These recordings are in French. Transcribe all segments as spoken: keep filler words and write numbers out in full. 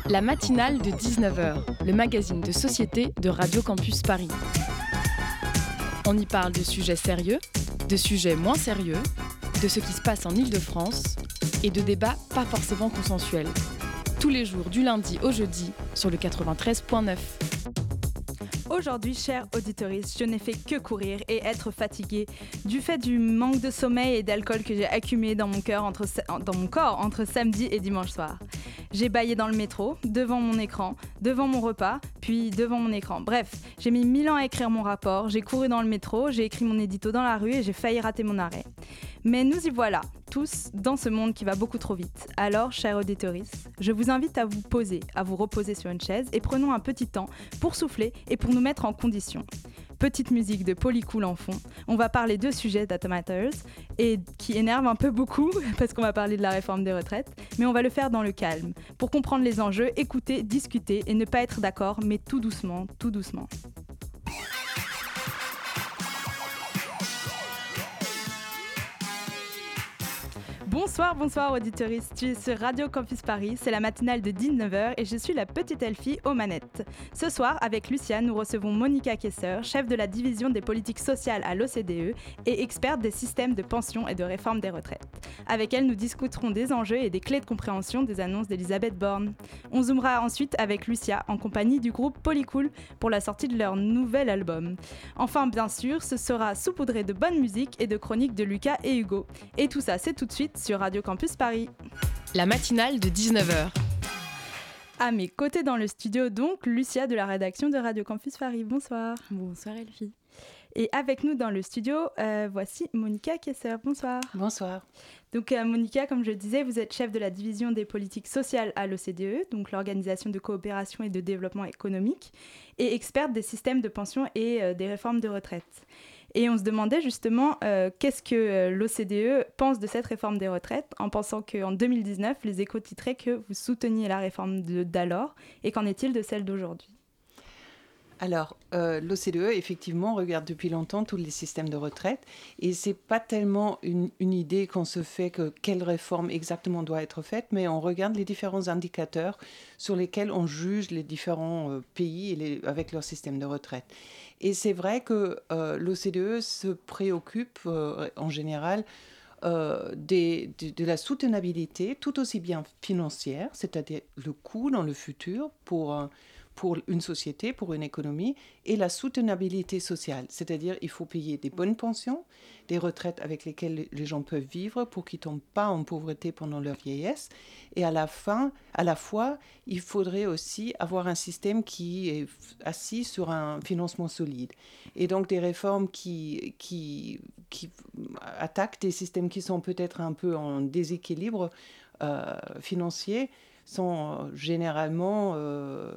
La matinale de dix-neuf heures, le magazine de société de Radio Campus Paris. On y parle de sujets sérieux, de sujets moins sérieux, de ce qui se passe en Île-de-France et de débats pas forcément consensuels. Tous les jours du lundi au jeudi sur le quatre-vingt-treize neuf. Aujourd'hui, chers auditeurs, je n'ai fait que courir et être fatiguée du fait du manque de sommeil et d'alcool que j'ai accumulé dans mon, cœur entre, dans mon corps entre samedi et dimanche soir. J'ai bâillé dans le métro, devant mon écran, devant mon repas, puis devant mon écran. Bref, j'ai mis mille ans à écrire mon rapport, j'ai couru dans le métro, j'ai écrit mon édito dans la rue et j'ai failli rater mon arrêt. Mais nous y voilà, tous dans ce monde qui va beaucoup trop vite. Alors, chers auditeurs, je vous invite à vous poser, à vous reposer sur une chaise et prenons un petit temps pour souffler et pour nous mettre en condition. Petite musique de Polycool en fond. On va parler de sujets Data Matters et qui énervent un peu beaucoup parce qu'on va parler de la réforme des retraites, mais on va le faire dans le calme. Pour comprendre les enjeux, écouter, discuter et ne pas être d'accord, mais tout doucement, tout doucement. Bonsoir, bonsoir auditeuristes, tu es sur Radio Campus Paris, c'est la matinale de dix-neuf heures et je suis la petite Elfie aux manettes. Ce soir, avec Lucia, nous recevons Monica Kessler, chef de la division des politiques sociales à l'O C D E et experte des systèmes de pension et de réforme des retraites. Avec elle, nous discuterons des enjeux et des clés de compréhension des annonces d'Elisabeth Borne. On zoomera ensuite avec Lucia en compagnie du groupe Polycool pour la sortie de leur nouvel album. Enfin, bien sûr, ce sera saupoudré de bonne musique et de chroniques de Lucas et Hugo. Et tout ça, c'est tout de suite sur Radio Campus Paris. La matinale de dix-neuf heures. À mes côtés dans le studio, donc, Lucia de la rédaction de Radio Campus Paris. Bonsoir. Bonsoir Elfie. Et avec nous dans le studio, euh, voici Monica Kessler. Bonsoir. Bonsoir. Donc euh, Monica, comme je le disais, vous êtes chef de la division des politiques sociales à l'O C D E, donc l'Organisation de coopération et de développement économique, et experte des systèmes de pension et euh, des réformes de retraite. Et on se demandait justement euh, qu'est-ce que euh, l'O C D E pense de cette réforme des retraites, en pensant qu'en deux mille dix-neuf, les Échos titraient que vous souteniez la réforme de, d'alors, et qu'en est-il de celle d'aujourd'hui ? Alors, euh, l'O C D E, effectivement, regarde depuis longtemps tous les systèmes de retraite et ce n'est pas tellement une, une idée qu'on se fait que quelle réforme exactement doit être faite, mais on regarde les différents indicateurs sur lesquels on juge les différents euh, pays et les, avec leur système de retraite. Et c'est vrai que euh, l'O C D E se préoccupe euh, en général Euh, des, de, de la soutenabilité, tout aussi bien financière, c'est-à-dire le coût dans le futur pour, euh, pour une société, pour une économie, et la soutenabilité sociale, c'est-à-dire il faut payer des bonnes pensions, des retraites avec lesquelles les gens peuvent vivre pour qu'ils ne tombent pas en pauvreté pendant leur vieillesse, et à la fin, à la fois, il faudrait aussi avoir un système qui est assis sur un financement solide. Et donc des réformes qui, qui, qui attaquent des systèmes qui sont peut-être un peu en déséquilibre euh, financier sont généralement euh,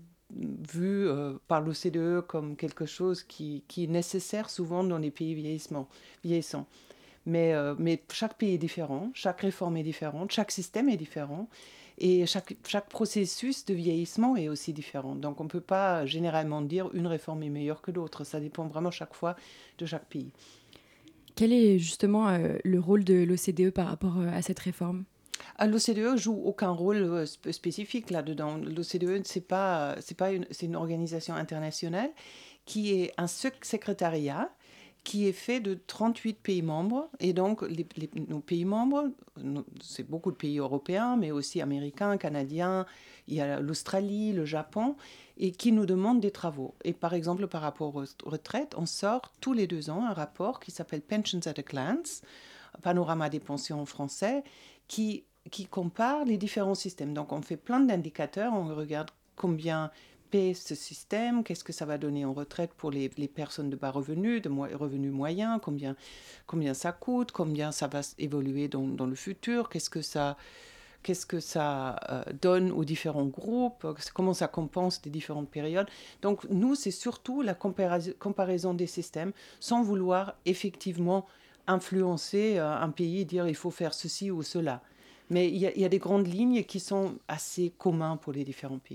vus euh, par l'O C D E comme quelque chose qui, qui est nécessaire souvent dans les pays vieillissants. Mais, euh, mais chaque pays est différent, chaque réforme est différente, chaque système est différent et chaque, chaque processus de vieillissement est aussi différent. Donc on ne peut pas généralement dire une réforme est meilleure que l'autre, ça dépend vraiment chaque fois de chaque pays. Quel est justement euh, le rôle de l'O C D E par rapport euh, à cette réforme ? L'O C D E joue aucun rôle euh, spécifique là-dedans. L'O C D E, c'est pas, c'est pas une, c'est une organisation internationale qui est un secrétariat qui est fait de trente-huit pays membres. Et donc, les, les, nos pays membres, nos, c'est beaucoup de pays européens, mais aussi américains, canadiens, il y a l'Australie, le Japon, et qui nous demandent des travaux. Et par exemple, par rapport aux retraites, on sort tous les deux ans un rapport qui s'appelle Pensions at a Glance, Panorama des pensions en français, qui, qui compare les différents systèmes. Donc, on fait plein d'indicateurs, on regarde combien paie ce système, qu'est-ce que ça va donner en retraite pour les, les personnes de bas revenus, de mo- revenus moyens, combien, combien ça coûte, combien ça va évoluer dans, dans le futur, qu'est-ce que ça, qu'est-ce que ça euh, donne aux différents groupes, comment ça compense des différentes périodes. Donc nous, c'est surtout la comparaison, comparaison des systèmes, sans vouloir effectivement influencer euh, un pays, dire il faut faire ceci ou cela. Mais il y, y a des grandes lignes qui sont assez communes pour les différents pays.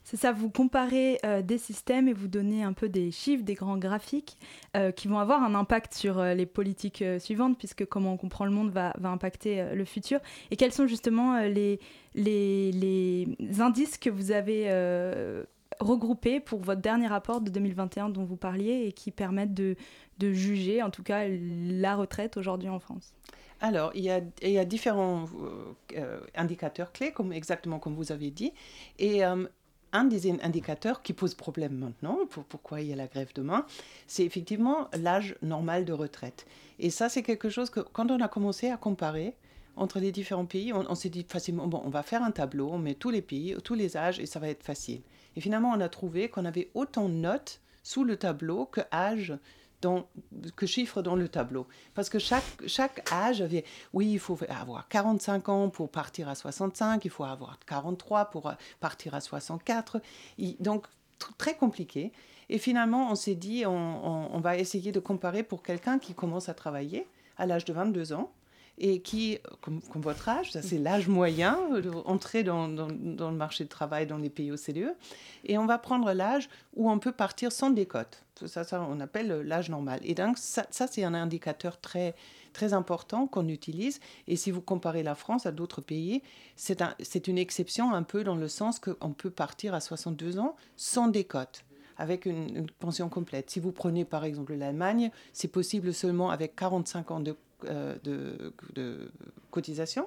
C'est ça, vous comparez euh, des systèmes et vous donnez un peu des chiffres, des grands graphiques euh, qui vont avoir un impact sur euh, les politiques euh, suivantes, puisque comment on comprend le monde va, va impacter euh, le futur. Et quels sont justement euh, les, les, les indices que vous avez euh, regroupés pour votre dernier rapport de deux mille vingt et un dont vous parliez et qui permettent de, de juger, en tout cas, la retraite aujourd'hui en France? Alors, il y a, il y a différents euh, indicateurs clés, comme, exactement comme vous avez dit. Et euh, un des indicateurs qui pose problème maintenant, pour pourquoi il y a la grève demain, c'est effectivement l'âge normal de retraite. Et ça, c'est quelque chose que, quand on a commencé à comparer entre les différents pays, on, on s'est dit facilement, bon, on va faire un tableau, on met tous les pays, tous les âges, et ça va être facile. Et finalement, on a trouvé qu'on avait autant de notes sous le tableau que âge Dans, que chiffres dans le tableau. Parce que chaque, chaque âge avait, oui, il faut avoir quarante-cinq ans pour partir à soixante-cinq, il faut avoir quarante-trois pour partir à soixante-quatre. Il, donc, t- très compliqué. Et finalement, on s'est dit, on, on, on va essayer de comparer pour quelqu'un qui commence à travailler à l'âge de vingt-deux ans et qui, comme, comme votre âge, ça c'est l'âge moyen, entrer dans, dans, dans le marché du travail dans les pays O C D E, et on va prendre l'âge où on peut partir sans décote. Ça, ça on appelle l'âge normal. Et donc, ça, ça c'est un indicateur très, très important qu'on utilise. Et si vous comparez la France à d'autres pays, c'est, un, c'est une exception un peu dans le sens qu'on peut partir à soixante-deux ans sans décote, avec une, une pension complète. Si vous prenez par exemple l'Allemagne, c'est possible seulement avec quarante-cinq ans de De, de cotisation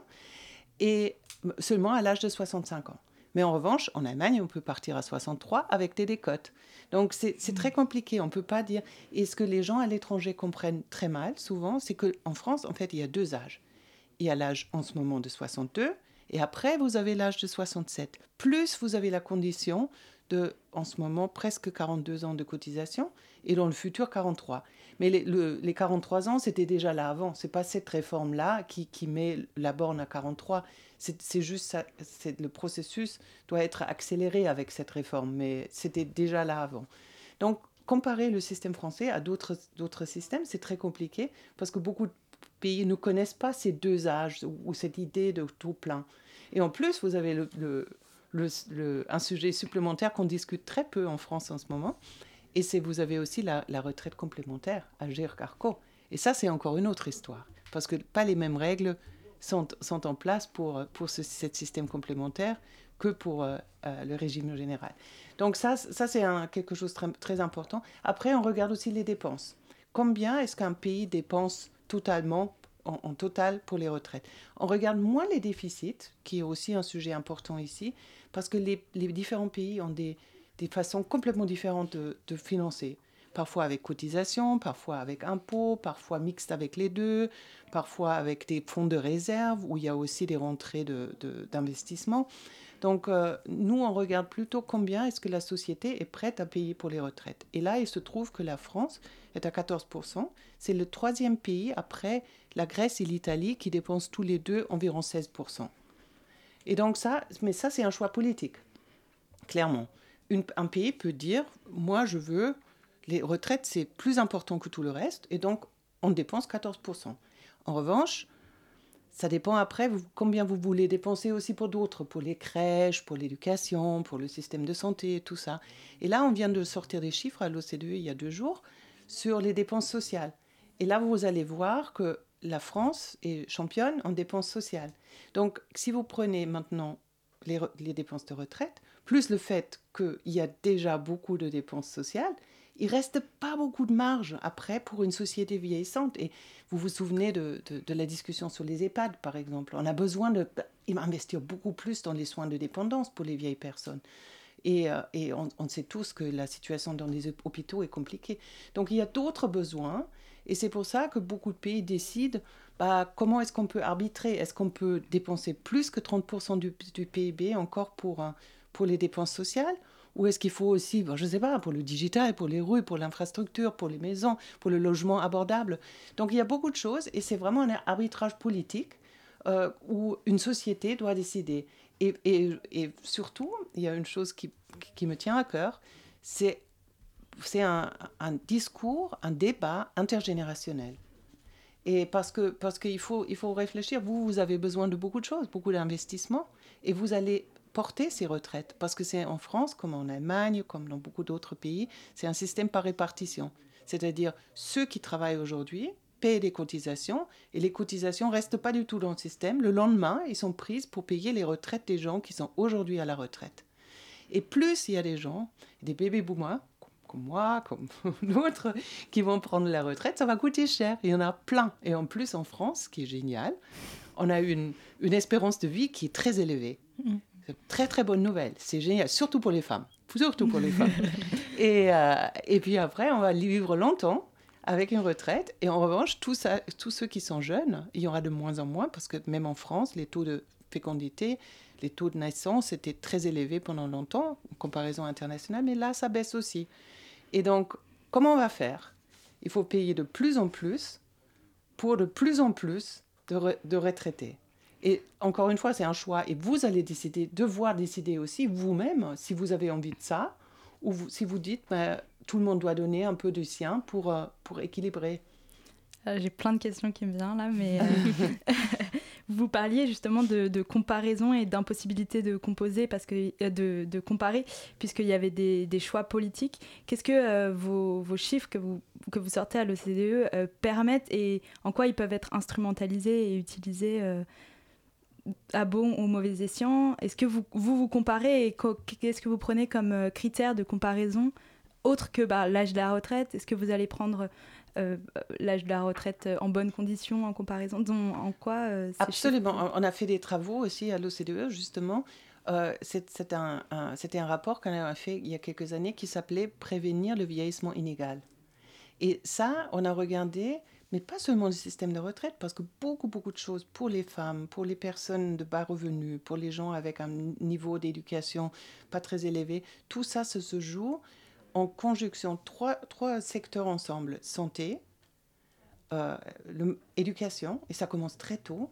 et seulement à l'âge de soixante-cinq ans. Mais en revanche, en Allemagne, on peut partir à soixante-trois avec des décotes. Donc, c'est, c'est très compliqué. On ne peut pas dire... Et ce que les gens à l'étranger comprennent très mal, souvent, c'est qu'en France, en fait, il y a deux âges. Il y a l'âge, en ce moment, de soixante-deux, et après, vous avez l'âge de soixante-sept. Plus, vous avez la condition de, en ce moment, presque quarante-deux ans de cotisation, et dans le futur, quarante-trois. Mais les, le, les quarante-trois ans, c'était déjà là avant. Ce n'est pas cette réforme-là qui, qui met la borne à quarante-trois. C'est, c'est juste ça, c'est, le processus doit être accéléré avec cette réforme, mais c'était déjà là avant. Donc, comparer le système français à d'autres, d'autres systèmes, c'est très compliqué parce que beaucoup de pays ne connaissent pas ces deux âges ou, ou cette idée de taux plein. Et en plus, vous avez le, le, le, le, un sujet supplémentaire qu'on discute très peu en France en ce moment. Et c'est, vous avez aussi la, la retraite complémentaire, Agirc-Arrco. Et ça, c'est encore une autre histoire. Parce que pas les mêmes règles sont, sont en place pour, pour ce cet système complémentaire que pour euh, le régime général. Donc ça, ça c'est un, quelque chose de très, très important. Après, on regarde aussi les dépenses. Combien est-ce qu'un pays dépense totalement, en, en total, pour les retraites? On regarde moins les déficits, qui est aussi un sujet important ici, parce que les, les différents pays ont des... des façons complètement différentes de, de financer. Parfois avec cotisation, parfois avec impôts, parfois mixte avec les deux, parfois avec des fonds de réserve où il y a aussi des rentrées de, de, d'investissement. Donc, euh, nous, on regarde plutôt combien est-ce que la société est prête à payer pour les retraites. Et là, il se trouve que la France est à quatorze pour cent. C'est le troisième pays après la Grèce et l'Italie qui dépensent tous les deux environ seize pour cent. Et donc ça, mais ça, c'est un choix politique, clairement. Une, un pays peut dire, moi je veux, les retraites c'est plus important que tout le reste, et donc on dépense quatorze pour cent. En revanche, ça dépend après vous, combien vous voulez dépenser aussi pour d'autres, pour les crèches, pour l'éducation, pour le système de santé, tout ça. Et là, on vient de sortir des chiffres à l'O C D E il y a deux jours sur les dépenses sociales. Et là, vous allez voir que la France est championne en dépenses sociales. Donc, si vous prenez maintenant les, les dépenses de retraite, plus le fait qu'il y a déjà beaucoup de dépenses sociales, il ne reste pas beaucoup de marge après pour une société vieillissante. Et vous vous souvenez de, de, de la discussion sur les EHPAD, par exemple. On a besoin d'investir beaucoup plus dans les soins de dépendance pour les vieilles personnes. Et, euh, et on, on sait tous que la situation dans les hôpitaux est compliquée. Donc il y a d'autres besoins. Et c'est pour ça que beaucoup de pays décident bah, comment est-ce qu'on peut arbitrer. Est-ce qu'on peut dépenser plus que trente pour cent du, du P I B encore pour... un pour les dépenses sociales, ou est-ce qu'il faut aussi, bon, je ne sais pas, pour le digital, pour les rues, pour l'infrastructure, pour les maisons, pour le logement abordable. Donc il y a beaucoup de choses et c'est vraiment un arbitrage politique euh, où une société doit décider. Et, et, et surtout, il y a une chose qui, qui me tient à cœur, c'est, c'est un, un discours, un débat intergénérationnel. Et parce que parce qu'il faut, il faut réfléchir, vous, vous avez besoin de beaucoup de choses, beaucoup d'investissements, et vous allez porter ces retraites. Parce que c'est en France, comme en Allemagne, comme dans beaucoup d'autres pays, c'est un système par répartition. C'est-à-dire, ceux qui travaillent aujourd'hui paient des cotisations et les cotisations ne restent pas du tout dans le système. Le lendemain, ils sont prises pour payer les retraites des gens qui sont aujourd'hui à la retraite. Et plus il y a des gens, des baby-boomers, comme moi, comme d'autres, qui vont prendre la retraite, ça va coûter cher. Il y en a plein. Et en plus, en France, ce qui est génial, on a une, une espérance de vie qui est très élevée. Mm. C'est une très, très bonne nouvelle. C'est génial, surtout pour les femmes. Surtout pour les femmes. Et, euh, et puis après, on va vivre longtemps avec une retraite. Et en revanche, tous, ça, tous ceux qui sont jeunes, il y aura de moins en moins, parce que même en France, les taux de fécondité, les taux de naissance étaient très élevés pendant longtemps, en comparaison internationale, mais là, ça baisse aussi. Et donc, comment on va faire ? Il faut payer de plus en plus pour de plus en plus de, re- de retraités. Et encore une fois, c'est un choix. Et vous allez décider, devoir décider aussi vous-même si vous avez envie de ça, ou vous, si vous dites ben, tout le monde doit donner un peu du sien pour, euh, pour équilibrer. Euh, j'ai plein de questions qui me viennent là, mais euh, vous parliez justement de, de comparaison et d'impossibilité de composer, parce que, euh, de, de comparer, puisqu'il y avait des, des choix politiques. Qu'est-ce que euh, vos, vos chiffres que vous, que vous sortez à l'O C D E euh, permettent et en quoi ils peuvent être instrumentalisés et utilisés euh, à bon ou mauvais escient ? Est-ce que vous vous, vous comparez et co- qu'est-ce que vous prenez comme euh, critère de comparaison autre que bah, l'âge de la retraite ? Est-ce que vous allez prendre euh, l'âge de la retraite en bonnes conditions en comparaison ? Donc, en quoi euh, Absolument. chiffres... On a fait des travaux aussi à l'O C D E, justement. Euh, c'est, c'est un, un, c'était un rapport qu'on a fait il y a quelques années qui s'appelait « Prévenir le vieillissement inégal ». Et ça, on a regardé, mais pas seulement le système de retraite, parce que beaucoup, beaucoup de choses pour les femmes, pour les personnes de bas revenus, pour les gens avec un niveau d'éducation pas très élevé, tout ça, ça se joue en conjonction, trois, trois secteurs ensemble, santé, euh, l'éducation, et ça commence très tôt,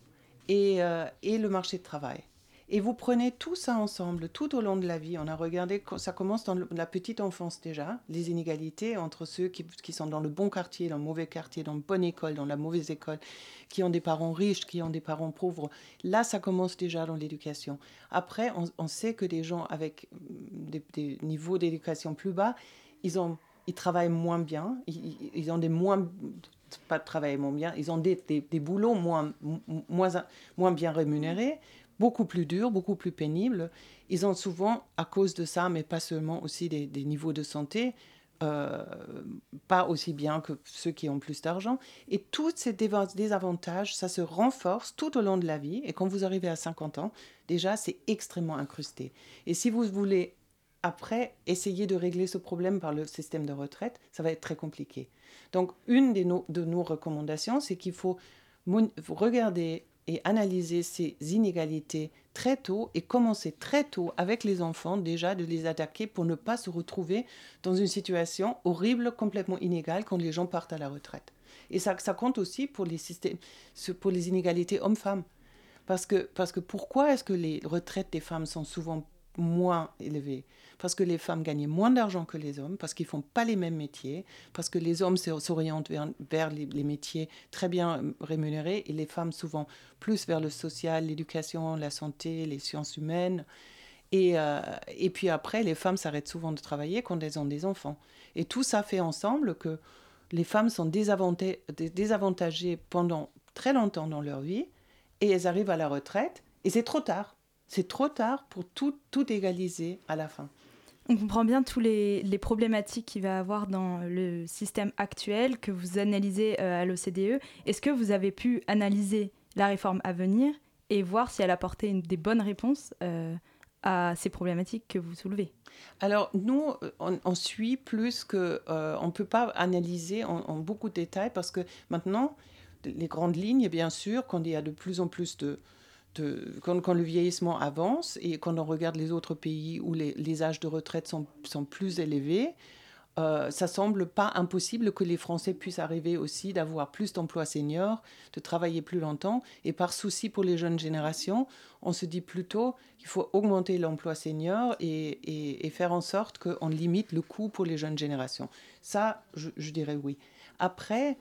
et, euh, et le marché de travail. Et vous prenez tout ça ensemble, tout au long de la vie. On a regardé, ça commence dans la petite enfance déjà, les inégalités entre ceux qui, qui sont dans le bon quartier, dans le mauvais quartier, dans la bonne école, dans la mauvaise école, qui ont des parents riches, qui ont des parents pauvres. Là, ça commence déjà dans l'éducation. Après, on, on sait que des gens avec des, des niveaux d'éducation plus bas, ils, ont, ils travaillent moins bien, ils, ils ont des moins... pas de travail moins bien, ils ont des, des, des boulots moins, moins, moins bien rémunérés, beaucoup plus durs, beaucoup plus pénibles. Ils ont souvent, à cause de ça, mais pas seulement aussi des, des niveaux de santé, euh, pas aussi bien que ceux qui ont plus d'argent. Et tous ces désavantages, ça se renforce tout au long de la vie. Et quand vous arrivez à cinquante ans, déjà, c'est extrêmement incrusté. Et si vous voulez, après, essayer de régler ce problème par le système de retraite, ça va être très compliqué. Donc, une de nos, de nos recommandations, c'est qu'il faut mon- regarder et analyser ces inégalités très tôt et commencer très tôt avec les enfants déjà de les attaquer pour ne pas se retrouver dans une situation horrible, complètement inégale quand les gens partent à la retraite. Et ça, ça compte aussi pour les, systèmes, pour les inégalités hommes-femmes. Parce que, parce que pourquoi est-ce que les retraites des femmes sont souvent moins élevées ? Parce que les femmes gagnent moins d'argent que les hommes, parce qu'ils ne font pas les mêmes métiers, parce que les hommes s'orientent vers, vers les, les métiers très bien rémunérés et les femmes souvent plus vers le social, l'éducation, la santé, les sciences humaines. Et, euh, et puis après, les femmes s'arrêtent souvent de travailler quand elles ont des enfants. Et tout ça fait ensemble que les femmes sont désavantagées, désavantagées pendant très longtemps dans leur vie et elles arrivent à la retraite et c'est trop tard. C'est trop tard pour tout, tout égaliser à la fin. On comprend bien tous les, les problématiques qu'il va y avoir dans le système actuel que vous analysez euh, à l'O C D E. Est-ce que vous avez pu analyser la réforme à venir et voir si elle apportait une, des bonnes réponses euh, à ces problématiques que vous soulevez ? Alors, nous, on, on suit plus que... Euh, on ne peut pas analyser en, en beaucoup de détails parce que maintenant, les grandes lignes, bien sûr, quand il y a de plus en plus de... De, quand, quand le vieillissement avance et quand on regarde les autres pays où les, les âges de retraite sont, sont plus élevés, euh, ça semble pas impossible que les Français puissent arriver aussi d'avoir plus d'emplois seniors, de travailler plus longtemps. Et par souci pour les jeunes générations, on se dit plutôt qu'il faut augmenter l'emploi senior et, et, et faire en sorte qu'on limite le coût pour les jeunes générations. Ça, je, je dirais oui. Après,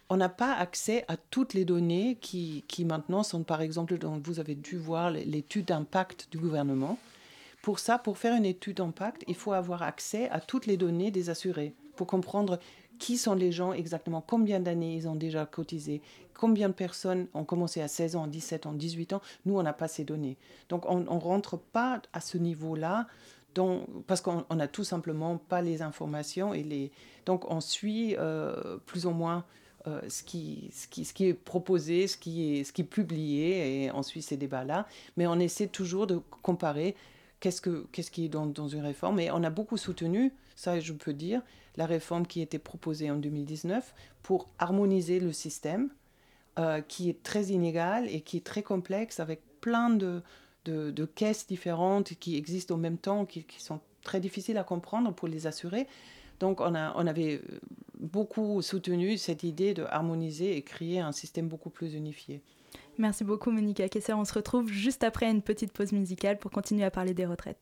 on n'a pas accès à toutes les données qui, qui maintenant sont, par exemple, dont vous avez dû voir l'étude d'impact du gouvernement. Pour ça, pour faire une étude d'impact, il faut avoir accès à toutes les données des assurés pour comprendre qui sont les gens exactement, combien d'années ils ont déjà cotisé, combien de personnes ont commencé à seize ans, dix-sept ans, dix-huit ans. Nous, on n'a pas ces données. Donc, on ne rentre pas à ce niveau-là donc, parce qu'on n'a tout simplement pas les informations. Et les... Donc, on suit euh, plus ou moins euh, ce, qui, ce, qui, ce qui est proposé, ce qui est, ce qui est publié, et on suit ces débats-là. Mais on essaie toujours de comparer qu'est-ce, que, qu'est-ce qui est dans, dans une réforme. Et on a beaucoup soutenu, ça je peux dire, la réforme qui a été proposée en deux mille dix-neuf pour harmoniser le système, euh, qui est très inégal et qui est très complexe, avec plein de, de, de caisses différentes qui existent en même temps, qui, qui sont très difficiles à comprendre pour les assurés. Donc on, a, on avait beaucoup soutenu cette idée de harmoniser et créer un système beaucoup plus unifié. Merci beaucoup Monica Kessler. On se retrouve juste après une petite pause musicale pour continuer à parler des retraites.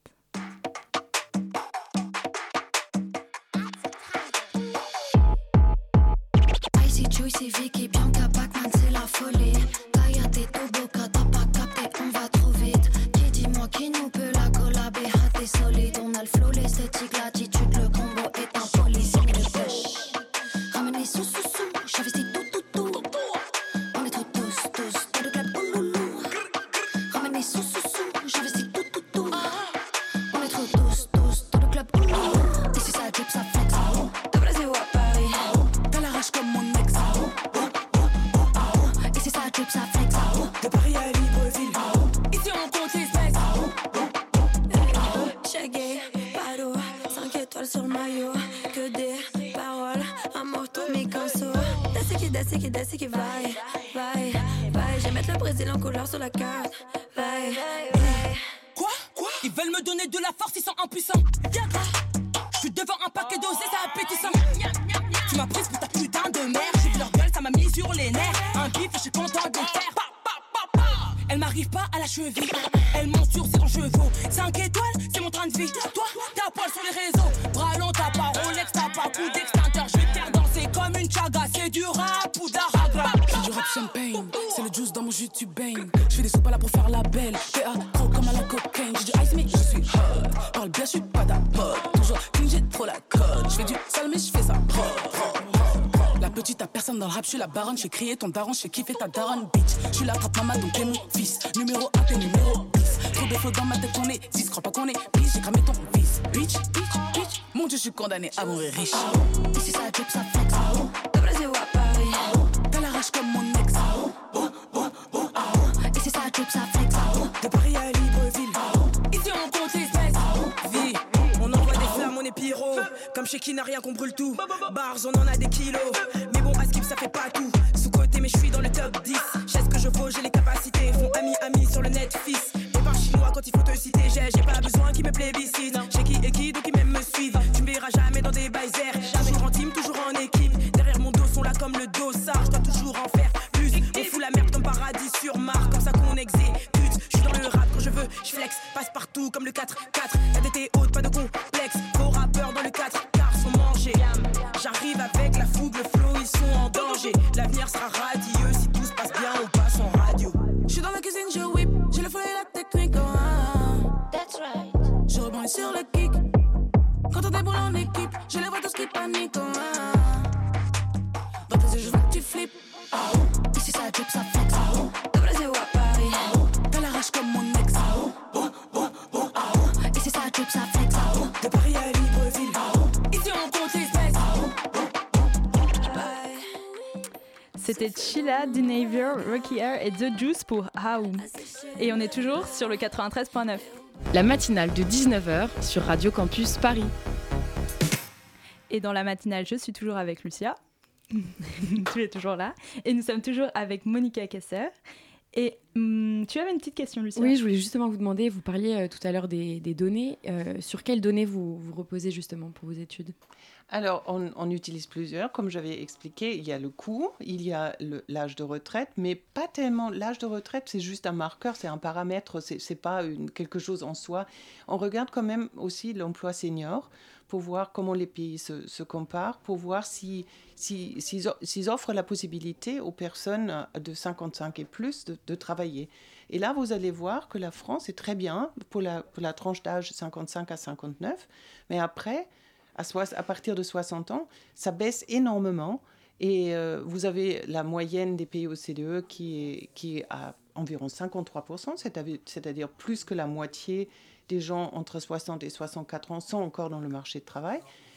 Juicy, Vicky, Bianca, Batman, c'est la folie. Kaya, t'es Toboka, t'as pas capté, on va trop vite. Qui dis-moi qui nous peut la collaber, ah t'es solide. On a le flow, l'esthétique, l'attitude, le combo est impoli. C'est que le pêche. Ramenez sous, sous, sous, j'investis tout, tout, tout. On est trop tous, tous, dans le club, oh loulou. Ramenez sous, sous, sous, j'investis tout, tout, tout. On est trop tous, tous, dans le club, oh loulou. Et si ça drip, ça flex. De Brésil à Paris, dans la rage comme mon ex. Ça flex, de Paris à Libreville. Ici on compte les espèces. Shaggy, paro, cinq étoiles sur le maillot. Que des paroles, un moto, mi canso. Desce qui desce qui desce qui vaille, vaille, vaille. J'aime mettre le Brésil en couleur sur la carte. Vaille, vaille. Quoi? Quoi? Ils veulent me donner de la force, ils sont impuissants. Je suis devant un paquet d'osés, ça appétissant. Tu m'as prise pour ta putain de mère. J'ai vu leur gueule, ça m'a mis sur les nerfs. Un bif, je suis content de le faire. Elle m'arrive pas à la cheville. Elle monte sur ses grands chevaux. cinq étoiles, c'est mon train de vie. Toi, t'as poil sur les réseaux. Bras long, t'as pas Rolex, t'as pas coup d'extincteur. Je vais te faire danser comme une chaga. C'est du rap ou d'aragra. C'est du rap champagne. C'est le juice dans mon jus, tu baignes. Je fais des soupes là pour faire la belle. T A trop comme à la cocaine. J'ai du ice, mais je suis hot. Parle bien, je suis pas ta pote. Toujours clean, j'ai trop la cote. Je fais du sale, mais je fais ça propre. La petite à personne dans le rap, je suis la baronne, je fais crier ton daron, je fais kiffer ta daronne, bitch. Je suis la trappe maman, donc t'es mon fils. Numéro un, t'es numéro dix. Trop de faux dans ma tête, on est dix. Crois pas qu'on est bitch, j'ai cramé ton fils. Bitch, bitch, bitch. Mon dieu, je suis condamné à mourir riche. Et si ça drip, ça flex. De Brésil à Paris. T'as la rage comme mon ex. Et si ça drip, ça flex. De Paris à Libreville. Ici on compte les espèces. Vie, on envoie des flammes, on est pyro. Comme chez qui n'a rien qu'on brûle tout. Bars, on en a des kilos. Mais bon, à skip, ça fait pas tout. Sous-côté, mais je suis dans le top dix. J'ai ce que je vaux, j'ai les capacités. Font ami, ami sur le net, fils. Et par chinois quand il faut te citer. J'ai, j'ai pas besoin qu'ils me plébiscitent. J'ai qui et qui, donc ils même me suivent. Tu me verras jamais dans des baisers. Toujours en team, toujours en équipe. Derrière mon dos, sont là comme le dossard. Je dois toujours en faire plus. On fout la merde comme paradis sur Mars. Comme ça qu'on exécute. Je suis dans le rap quand je veux, je flex. Passe partout comme le quatre quatre. La D T haute, pas de complexe. Vos rappeurs dans le quatre quarts sont mangés. J'arrive avec la fougue, le flow, ils sont en danger. L'avenir sera radieux, si tout se passe bien, on passe en radio. Je suis dans la cuisine, je whip, j'ai le flow et la technique. Oh, ah. That's right. Je rebondis sur le kick. Quand on déboule en équipe, je les vois tous qui paniquent. Oh, ah. Dans tes yeux, je vois que tu flippes. Et si ça drip, ça flex. De Brésil à Paris. T'as la rage comme mon ex. Et si ça drip, ça flex. De Paris à Libreville. Ici on compte les espèces. C'était Chilla, Dinavior, Rocky Air et The Juice pour How. Et on est toujours sur le quatre-vingt-treize point neuf. La matinale de dix-neuf heures sur Radio Campus Paris. Et dans la matinale, je suis toujours avec Lucia. Tu es toujours là. Et nous sommes toujours avec Monica Kessler. Et hum, tu avais une petite question, Lucia? Oui, je voulais justement vous demander, vous parliez euh, tout à l'heure des, des données. Euh, sur quelles données vous, vous reposez justement pour vos études? Alors, on, on utilise plusieurs. Comme j'avais expliqué, il y a le coût, il y a le, l'âge de retraite, mais pas tellement. L'âge de retraite, c'est juste un marqueur, c'est un paramètre, c'est, c'est pas une, quelque chose en soi. On regarde quand même aussi l'emploi senior pour voir comment les pays se, se comparent, pour voir si, si, s'ils, s'ils offrent la possibilité aux personnes de cinquante-cinq et plus de, de travailler. Et là, vous allez voir que la France est très bien pour la, pour la tranche d'âge cinquante-cinq à cinquante-neuf, mais après... À, so- à partir de soixante ans, ça baisse énormément. Et euh, vous avez la moyenne des pays O C D E qui est, qui est à environ cinquante-trois pour cent, c'est-à-dire, c'est-à-dire plus que la moitié des gens entre soixante et soixante-quatre ans sont encore dans le marché de travail.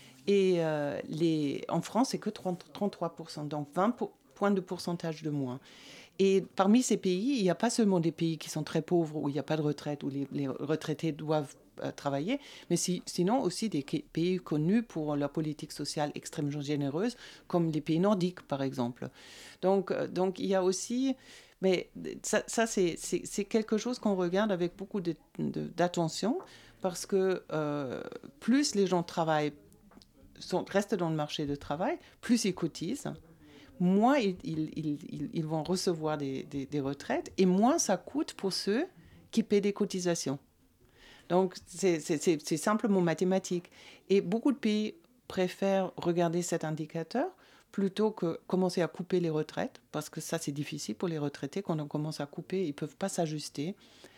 Et euh, les, en France, c'est que trente, trente-trois pour cent, donc vingt po- points de pourcentage de moins. Et parmi ces pays, il n'y a pas seulement des pays qui sont très pauvres, où il n'y a pas de retraite, où les, les retraités doivent euh, travailler, mais si, sinon aussi des pays connus pour leur politique sociale extrêmement généreuse, comme les pays nordiques, par exemple. Donc, euh, donc il y a aussi... Mais ça, ça c'est, c'est, c'est quelque chose qu'on regarde avec beaucoup de, de, d'attention, parce que euh, plus les gens travaillent, sont, restent dans le marché du travail, plus ils cotisent, moins ils, ils, ils, ils vont recevoir des, des, des retraites et moins ça coûte pour ceux qui paient des cotisations. Donc, c'est, c'est, c'est, c'est simplement mathématique. Et beaucoup de pays préfèrent regarder cet indicateur plutôt que commencer à couper les retraites, parce que ça, c'est difficile pour les retraités. Quand on commence à couper, ils ne peuvent pas s'ajuster.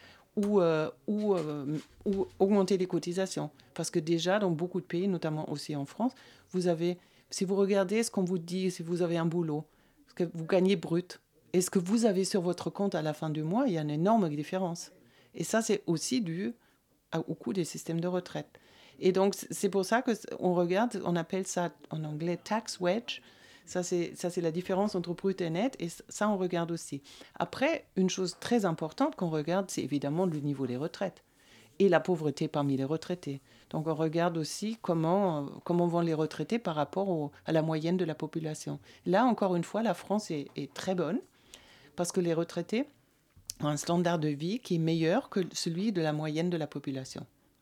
Ou, euh, ou, euh, ou augmenter les cotisations. Parce que déjà, dans beaucoup de pays, notamment aussi en France, vous avez... Si vous regardez ce qu'on vous dit, si vous avez un boulot, ce que vous gagnez brut, et ce que vous avez sur votre compte à la fin du mois, il y a une énorme différence. Et ça, c'est aussi dû au coût des systèmes de retraite. Et donc, c'est pour ça qu'on regarde, on appelle ça en anglais tax wedge. Ça c'est, ça, c'est la différence entre brut et net, et ça, on regarde aussi. Après, une chose très importante qu'on regarde, c'est évidemment le niveau des retraites et la pauvreté parmi les retraités. Donc, on regarde aussi comment, comment vont les retraités par rapport au, à la moyenne de la population. Là, encore une fois, la France est, est très bonne parce que les retraités ont un standard de vie qui est meilleur que celui de la moyenne de la population.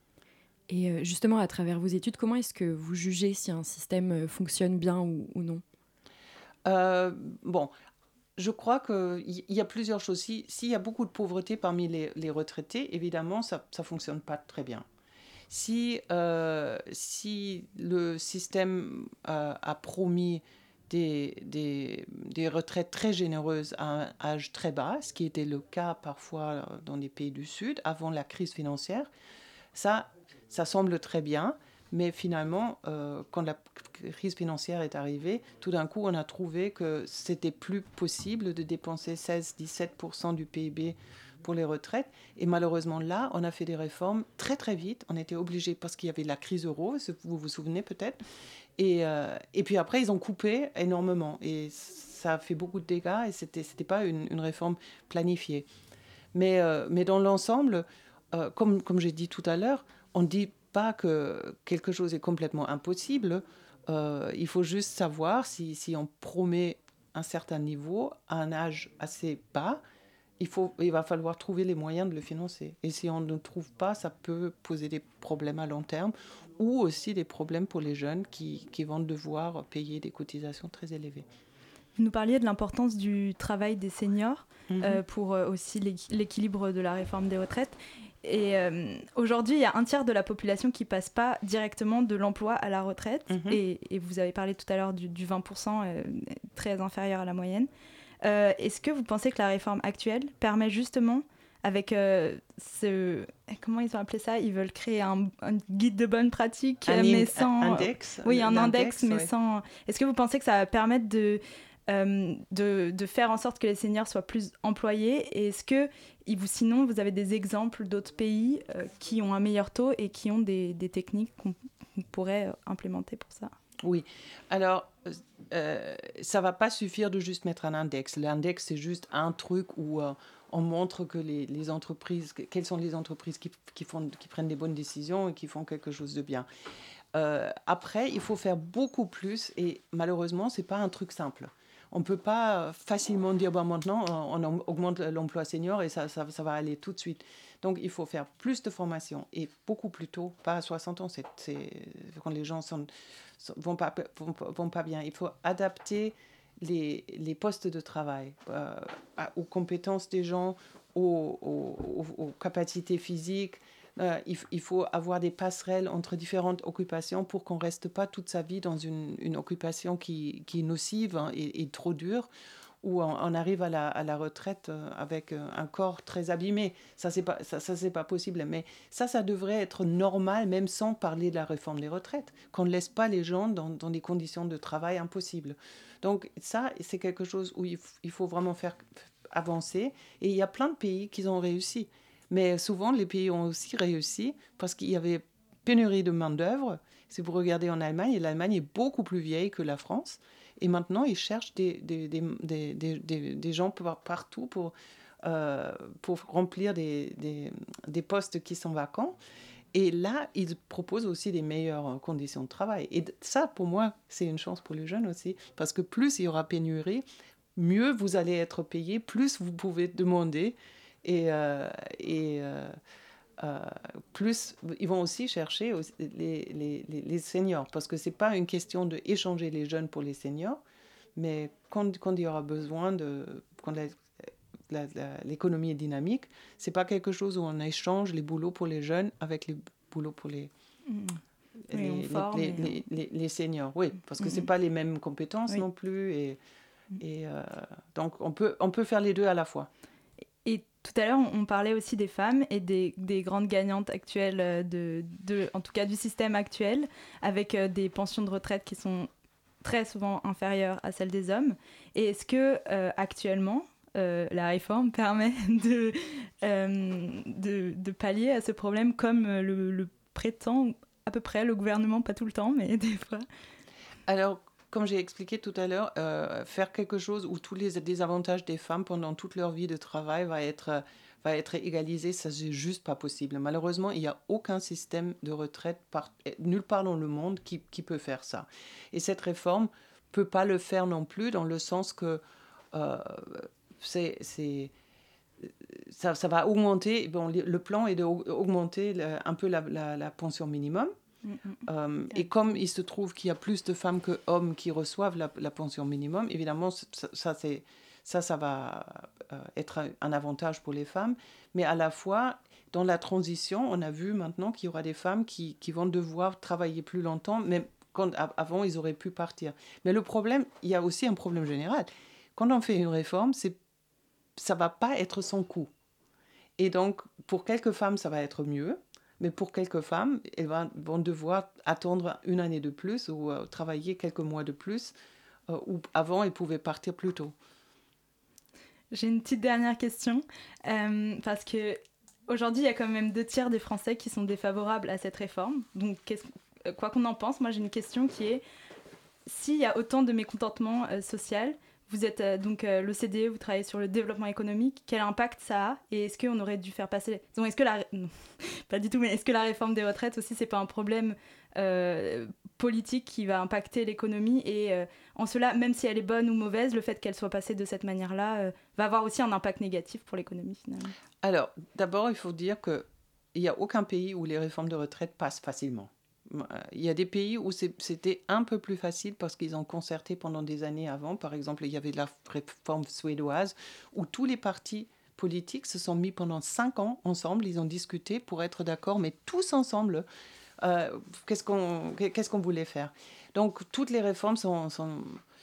Et justement, à travers vos études, comment est-ce que vous jugez si un système fonctionne bien ou, ou non ? euh, Bon, je crois qu'il y a plusieurs choses. Si, s'il y a beaucoup de pauvreté parmi les, les retraités, évidemment, ça ne fonctionne pas très bien. Si, euh, si le système euh, a promis des, des, des retraites très généreuses à un âge très bas, ce qui était le cas parfois dans les pays du Sud, avant la crise financière, ça, ça semble très bien. Mais finalement, euh, quand la crise financière est arrivée, tout d'un coup, on a trouvé que c'était plus possible de dépenser seize à dix-sept pour cent du P I B pour les retraites. Et malheureusement, là, on a fait des réformes très, très vite. On était obligés, parce qu'il y avait la crise euro, vous vous souvenez peut-être. Et, euh, et puis après, ils ont coupé énormément. Et ça a fait beaucoup de dégâts et ce n'était c'était pas une, une réforme planifiée. Mais, euh, mais dans l'ensemble, euh, comme, comme j'ai dit tout à l'heure, on ne dit pas que quelque chose est complètement impossible. Euh, il faut juste savoir si, si on promet un certain niveau à un âge assez bas, il, faut, il va falloir trouver les moyens de le financer. Et si on ne trouve pas, ça peut poser des problèmes à long terme ou aussi des problèmes pour les jeunes qui, qui vont devoir payer des cotisations très élevées. Vous nous parliez de l'importance du travail des seniors Mm-hmm. euh, pour euh, aussi l'équilibre de la réforme des retraites. Et euh, aujourd'hui, il y a un tiers de la population qui ne passe pas directement de l'emploi à la retraite. Mm-hmm. Et, et vous avez parlé tout à l'heure du, du vingt pour cent, euh, très inférieur à la moyenne. Euh, est-ce que vous pensez que la réforme actuelle permet justement, avec euh, ce... Comment ils ont appelé ça ? Ils veulent créer un, un guide de bonne pratique, un mais sans... Un index. Oui, un index, mais ouais. sans... Est-ce que vous pensez que ça va permettre de... Euh, de, de faire en sorte que les seniors soient plus employés, et est-ce que vous, sinon vous avez des exemples d'autres pays euh, qui ont un meilleur taux et qui ont des, des techniques qu'on, qu'on pourrait implémenter pour ça ? Oui, alors euh, ça ne va pas suffire de juste mettre un index. L'index, c'est juste un truc où euh, on montre que les, les entreprises, quelles sont les entreprises qui, qui, font, qui prennent des bonnes décisions et qui font quelque chose de bien. Euh, après, il faut faire beaucoup plus et malheureusement, ce n'est pas un truc simple. On ne peut pas facilement dire, bah, maintenant, on augmente l'emploi senior et ça, ça, ça va aller tout de suite. Donc, il faut faire plus de formation et beaucoup plus tôt, pas à soixante ans, c'est, c'est quand les gens ne vont pas, vont, vont pas bien. Il faut adapter les, les postes de travail euh, aux compétences des gens, aux, aux, aux, aux capacités physiques. Euh, il, il faut avoir des passerelles entre différentes occupations pour qu'on ne reste pas toute sa vie dans une, une occupation qui, qui est nocive hein, et, et trop dure, où on, on arrive à la, à la retraite euh, avec un corps très abîmé. Ça, ce n'est pas, ça, ça, c'est pas possible. Mais ça, ça devrait être normal, même sans parler de la réforme des retraites, qu'on ne laisse pas les gens dans, dans des conditions de travail impossibles. Donc ça, c'est quelque chose où il, f- il faut vraiment faire avancer. Et il y a plein de pays qui ont réussi. Mais souvent, les pays ont aussi réussi parce qu'il y avait pénurie de main-d'œuvre. Si vous regardez en Allemagne, l'Allemagne est beaucoup plus vieille que la France. Et maintenant, ils cherchent des, des, des, des, des, des, des gens partout pour, euh, pour remplir des, des, des postes qui sont vacants. Et là, ils proposent aussi des meilleures conditions de travail. Et ça, pour moi, c'est une chance pour les jeunes aussi. Parce que plus il y aura pénurie, mieux vous allez être payé, plus vous pouvez demander. Et, euh, et euh, euh, plus, ils vont aussi chercher aussi les, les, les, les seniors, parce que ce n'est pas une question d'échanger les jeunes pour les seniors, mais quand, quand il y aura besoin de... Quand la, la, la, l'économie est dynamique, ce n'est pas quelque chose où on échange les boulots pour les jeunes avec les boulots pour les... Mmh. Les, oui, les, forme, les, les, les, les seniors. Oui, parce que mmh. ce n'est pas les mêmes compétences oui. non plus. Et, et euh, donc, on peut, on peut faire les deux à la fois. Et tout à l'heure, on parlait aussi des femmes et des, des grandes gagnantes actuelles, de, de, en tout cas du système actuel, avec des pensions de retraite qui sont très souvent inférieures à celles des hommes. Et est-ce que euh, actuellement, euh, la réforme permet de, euh, de, de pallier à ce problème comme le, le prétend à peu près le gouvernement, pas tout le temps, mais des fois? Alors, comme j'ai expliqué tout à l'heure, euh, faire quelque chose où tous les désavantages des femmes pendant toute leur vie de travail va être, va être égalisé, ça c'est juste pas possible. Malheureusement, il n'y a aucun système de retraite par, nulle part dans le monde qui, qui peut faire ça. Et cette réforme peut pas le faire non plus, dans le sens que euh, c'est, c'est, ça, ça va augmenter. Bon, le plan est d'augmenter un peu la, la, la pension minimum. Euh, et comme il se trouve qu'il y a plus de femmes que hommes qui reçoivent la, la pension minimum, évidemment, ça, ça, c'est, ça, ça va euh, être un avantage pour les femmes. Mais à la fois, dans la transition, on a vu maintenant qu'il y aura des femmes qui, qui vont devoir travailler plus longtemps, même quand avant, ils auraient pu partir. Mais le problème, il y a aussi un problème général. Quand on fait une réforme, c'est, ça ne va pas être sans coût. Et donc, pour quelques femmes, ça va être mieux. Mais pour quelques femmes, elles vont devoir attendre une année de plus ou euh, travailler quelques mois de plus, euh, où avant, elles pouvaient partir plus tôt. J'ai une petite dernière question, euh, parce qu'aujourd'hui, il y a quand même deux tiers des Français qui sont défavorables à cette réforme. Donc, quoi qu'on en pense, moi, j'ai une question qui est, s'il y a autant de mécontentement euh, social, vous êtes euh, donc euh, l'O C D E, vous travaillez sur le développement économique. Quel impact ça a? Et est-ce qu'on aurait dû faire passer... Donc, est-ce que la... Non, pas du tout, mais est-ce que la réforme des retraites aussi, c'est pas un problème euh, politique qui va impacter l'économie? Et euh, en cela, même si elle est bonne ou mauvaise, le fait qu'elle soit passée de cette manière-là euh, va avoir aussi un impact négatif pour l'économie, finalement. Alors, d'abord, il faut dire qu'il n'y a aucun pays où les réformes de retraite passent facilement. Il y a des pays où c'est, c'était un peu plus facile parce qu'ils ont concerté pendant des années avant. Par exemple, il y avait la réforme suédoise où tous les partis politiques se sont mis pendant cinq ans ensemble. Ils ont discuté pour être d'accord, mais tous ensemble, euh, qu'est-ce qu'on, qu'est-ce qu'on voulait faire. Donc, toutes les réformes sont, sont,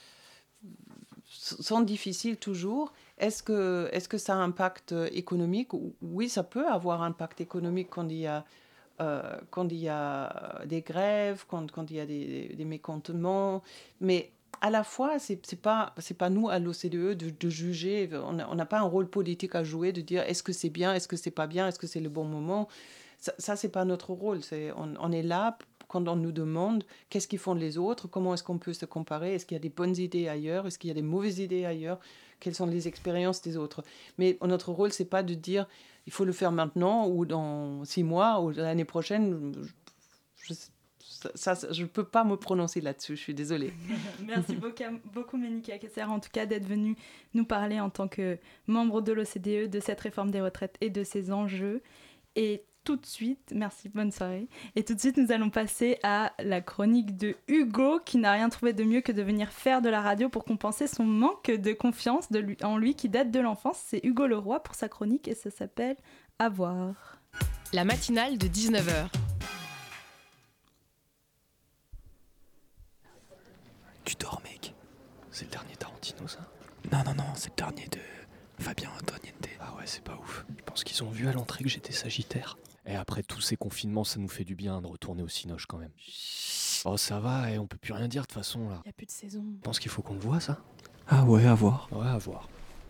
sont difficiles toujours. Est-ce que, est-ce que ça a un impact économique? Oui, ça peut avoir un impact économique quand il y a... Euh, quand il y a des grèves, quand, quand il y a des, des mécontentements. Mais à la fois, ce n'est c'est pas, c'est pas nous, à l'O C D E, de, de juger. On n'a pas un rôle politique à jouer, de dire est-ce que c'est bien, est-ce que c'est pas bien, est-ce que c'est le bon moment. Ça, ça ce n'est pas notre rôle. C'est, on, on est là quand on nous demande qu'est-ce qu'ils font les autres, comment est-ce qu'on peut se comparer, est-ce qu'il y a des bonnes idées ailleurs, est-ce qu'il y a des mauvaises idées ailleurs, quelles sont les expériences des autres. Mais notre rôle, ce n'est pas de dire il faut le faire maintenant ou dans six mois ou l'année prochaine. Je, je, ça, ça, je ne peux pas me prononcer là-dessus, je suis désolée. Merci beaucoup, beaucoup Ménica Kessler, en tout cas, d'être venue nous parler en tant que membre de l'O C D E de cette réforme des retraites et de ses enjeux. Et tout de suite, merci, bonne soirée. Et tout de suite, nous allons passer à la chronique de Hugo, qui n'a rien trouvé de mieux que de venir faire de la radio pour compenser son manque de confiance de lui, en lui qui date de l'enfance. C'est Hugo Leroy pour sa chronique et ça s'appelle « À voir ». La matinale de dix-neuf heures. Tu dors, mec. C'est le dernier Tarantino, ça? Non, non, non, c'est le dernier de Fabien Antoniente. Ah ouais, c'est pas ouf. Je pense qu'ils ont vu à l'entrée que j'étais sagittaire. Et après tous ces confinements, ça nous fait du bien de retourner au Cinoche quand même. Oh, ça va, et on peut plus rien dire de toute façon, là. Il n'y a plus de saison. Je pense qu'il faut qu'on le voit, ça? Ah ouais, à voir. Ouais, à voir.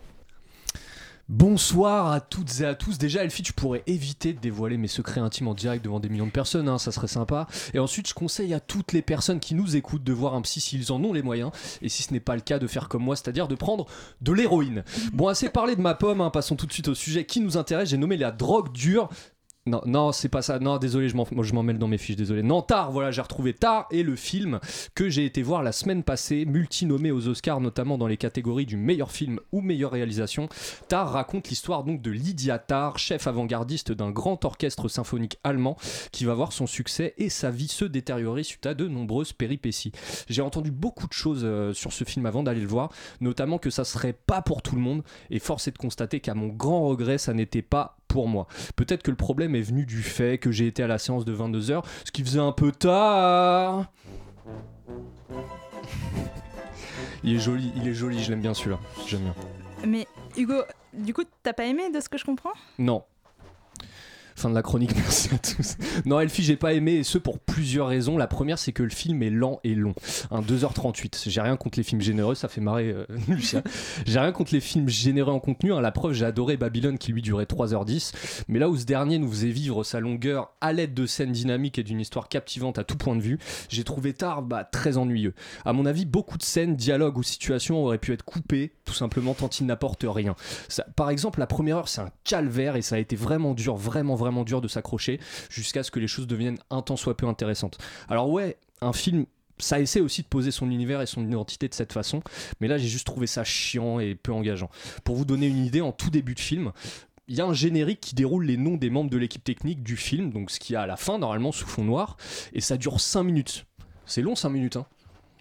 Bonsoir à toutes et à tous. Déjà, Elfie, tu pourrais éviter de dévoiler mes secrets intimes en direct devant des millions de personnes, hein, ça serait sympa. Et ensuite, je conseille à toutes les personnes qui nous écoutent de voir un psy s'ils en ont les moyens. Et si ce n'est pas le cas, de faire comme moi, c'est-à-dire de prendre de l'héroïne. Bon, assez parlé de ma pomme, hein, passons tout de suite au sujet qui nous intéresse. J'ai nommé la drogue dure. Non, non, c'est pas ça. Non, désolé, je m'en, moi, je m'en mêle dans mes fiches, désolé. Non, Tar, voilà, j'ai retrouvé Tar et le film que j'ai été voir la semaine passée, multi-nommé aux Oscars, notamment dans les catégories du meilleur film ou meilleure réalisation. Tar raconte l'histoire donc de Lydia Tar, chef avant-gardiste d'un grand orchestre symphonique allemand qui va voir son succès et sa vie se détériorer suite à de nombreuses péripéties. J'ai entendu beaucoup de choses euh, sur ce film avant d'aller le voir, notamment que ça serait pas pour tout le monde, et force est de constater qu'à mon grand regret, ça n'était pas pour moi. Peut-être que le problème est venu du fait que j'ai été à la séance de vingt-deux heures, ce qui faisait un peu tard. Il est joli, il est joli, je l'aime bien celui-là, j'aime bien. Mais Hugo, du coup, t'as pas aimé de ce que je comprends? Non. Fin de la chronique, merci à tous. Non, Elfie, j'ai pas aimé, et ce pour plusieurs raisons. La première, c'est que le film est lent et long. Hein, deux heures trente-huit. J'ai rien contre les films généreux, ça fait marrer euh, Lucien. J'ai rien contre les films généreux en contenu. Hein, la preuve, j'ai adoré Babylone qui lui durait trois heures dix. Mais là où ce dernier nous faisait vivre sa longueur à l'aide de scènes dynamiques et d'une histoire captivante à tout point de vue, j'ai trouvé Tar bah, très ennuyeux. À mon avis, beaucoup de scènes, dialogues ou situations auraient pu être coupées, tout simplement tant ils n'apportent rien. Ça, par exemple, la première heure, c'est un calvaire et ça a été vraiment dur, vraiment, vraiment dur de s'accrocher jusqu'à ce que les choses deviennent un tant soit peu intéressantes. Alors ouais, un film, ça essaie aussi de poser son univers et son identité de cette façon, mais là j'ai juste trouvé ça chiant et peu engageant. Pour vous donner une idée, en tout début de film, il y a un générique qui déroule les noms des membres de l'équipe technique du film, donc ce qu'il y a à la fin normalement sous fond noir, et ça dure cinq minutes. C'est long cinq minutes, hein.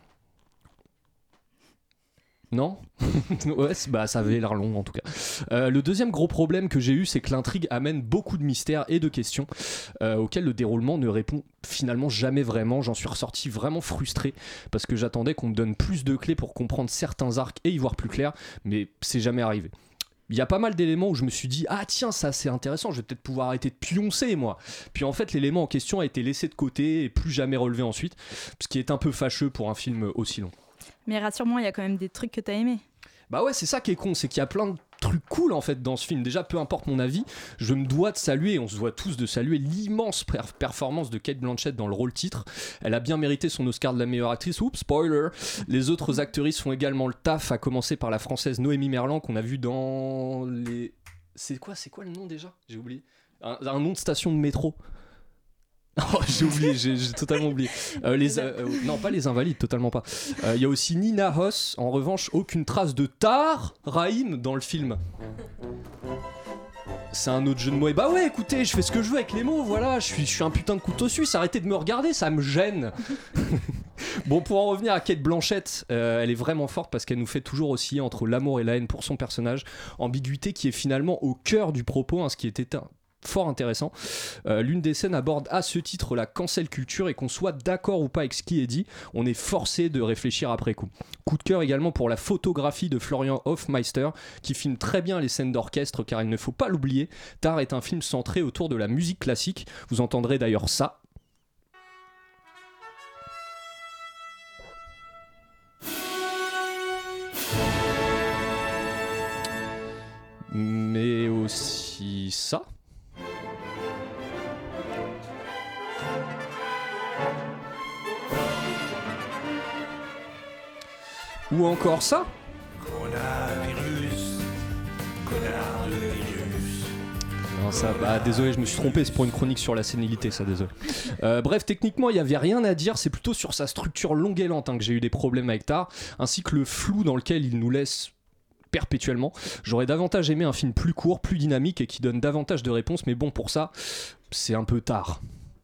Non? Ouais, bah ça avait l'air long en tout cas. Euh, le deuxième gros problème que j'ai eu, c'est que l'intrigue amène beaucoup de mystères et de questions euh, auxquels le déroulement ne répond finalement jamais vraiment. J'en suis ressorti vraiment frustré parce que j'attendais qu'on me donne plus de clés pour comprendre certains arcs et y voir plus clair, mais c'est jamais arrivé. Il y a pas mal d'éléments où je me suis dit « Ah tiens, ça c'est intéressant, je vais peut-être pouvoir arrêter de pioncer moi ». Puis en fait, l'élément en question a été laissé de côté et plus jamais relevé ensuite, ce qui est un peu fâcheux pour un film aussi long. Mais rassure-moi, il y a quand même des trucs que t'as aimés. Bah ouais, c'est ça qui est con, c'est qu'il y a plein de trucs cool en fait dans ce film. Déjà, peu importe mon avis, je me dois de saluer, on se doit tous de saluer l'immense per- performance de Cate Blanchett dans le rôle titre. Elle a bien mérité son Oscar de la meilleure actrice. Oups, spoiler. Les autres actrices font également le taf, à commencer par la française Noémie Merlan qu'on a vu dans les... C'est quoi, c'est quoi le nom déjà? J'ai oublié. Un, un nom de station de métro. Oh, j'ai oublié, j'ai, j'ai totalement oublié. Euh, les, euh, non, pas les Invalides, totalement pas. Il euh, y a aussi Nina Hoss. En revanche, aucune trace de Tar Rahim dans le film. C'est un autre jeu de mots. Et bah ouais, écoutez, je fais ce que je veux avec les mots, voilà. Je suis, je suis un putain de couteau suisse. Arrêtez de me regarder, ça me gêne. Bon, pour en revenir à Cate Blanchett, euh, elle est vraiment forte parce qu'elle nous fait toujours osciller entre l'amour et la haine pour son personnage. Ambiguïté qui est finalement au cœur du propos, hein, ce qui était un fort intéressant. Euh, l'une des scènes aborde à ce titre la cancel culture et qu'on soit d'accord ou pas avec ce qui est dit, on est forcé de réfléchir après coup. Coup de cœur également pour la photographie de Florian Hofmeister qui filme très bien les scènes d'orchestre car il ne faut pas l'oublier, Tar est un film centré autour de la musique classique. Vous entendrez d'ailleurs ça. Mais aussi ça. Ou encore ça. Coronavirus, connard de virus. Non, ça. Bah, désolé, je me suis trompé, c'est pour une chronique sur la sénilité, ça, désolé. Euh, bref, techniquement, il n'y avait rien à dire, c'est plutôt sur sa structure longue et lente hein, que j'ai eu des problèmes avec Tar, ainsi que le flou dans lequel il nous laisse perpétuellement. J'aurais davantage aimé un film plus court, plus dynamique et qui donne davantage de réponses, mais bon, pour ça, c'est un peu tard.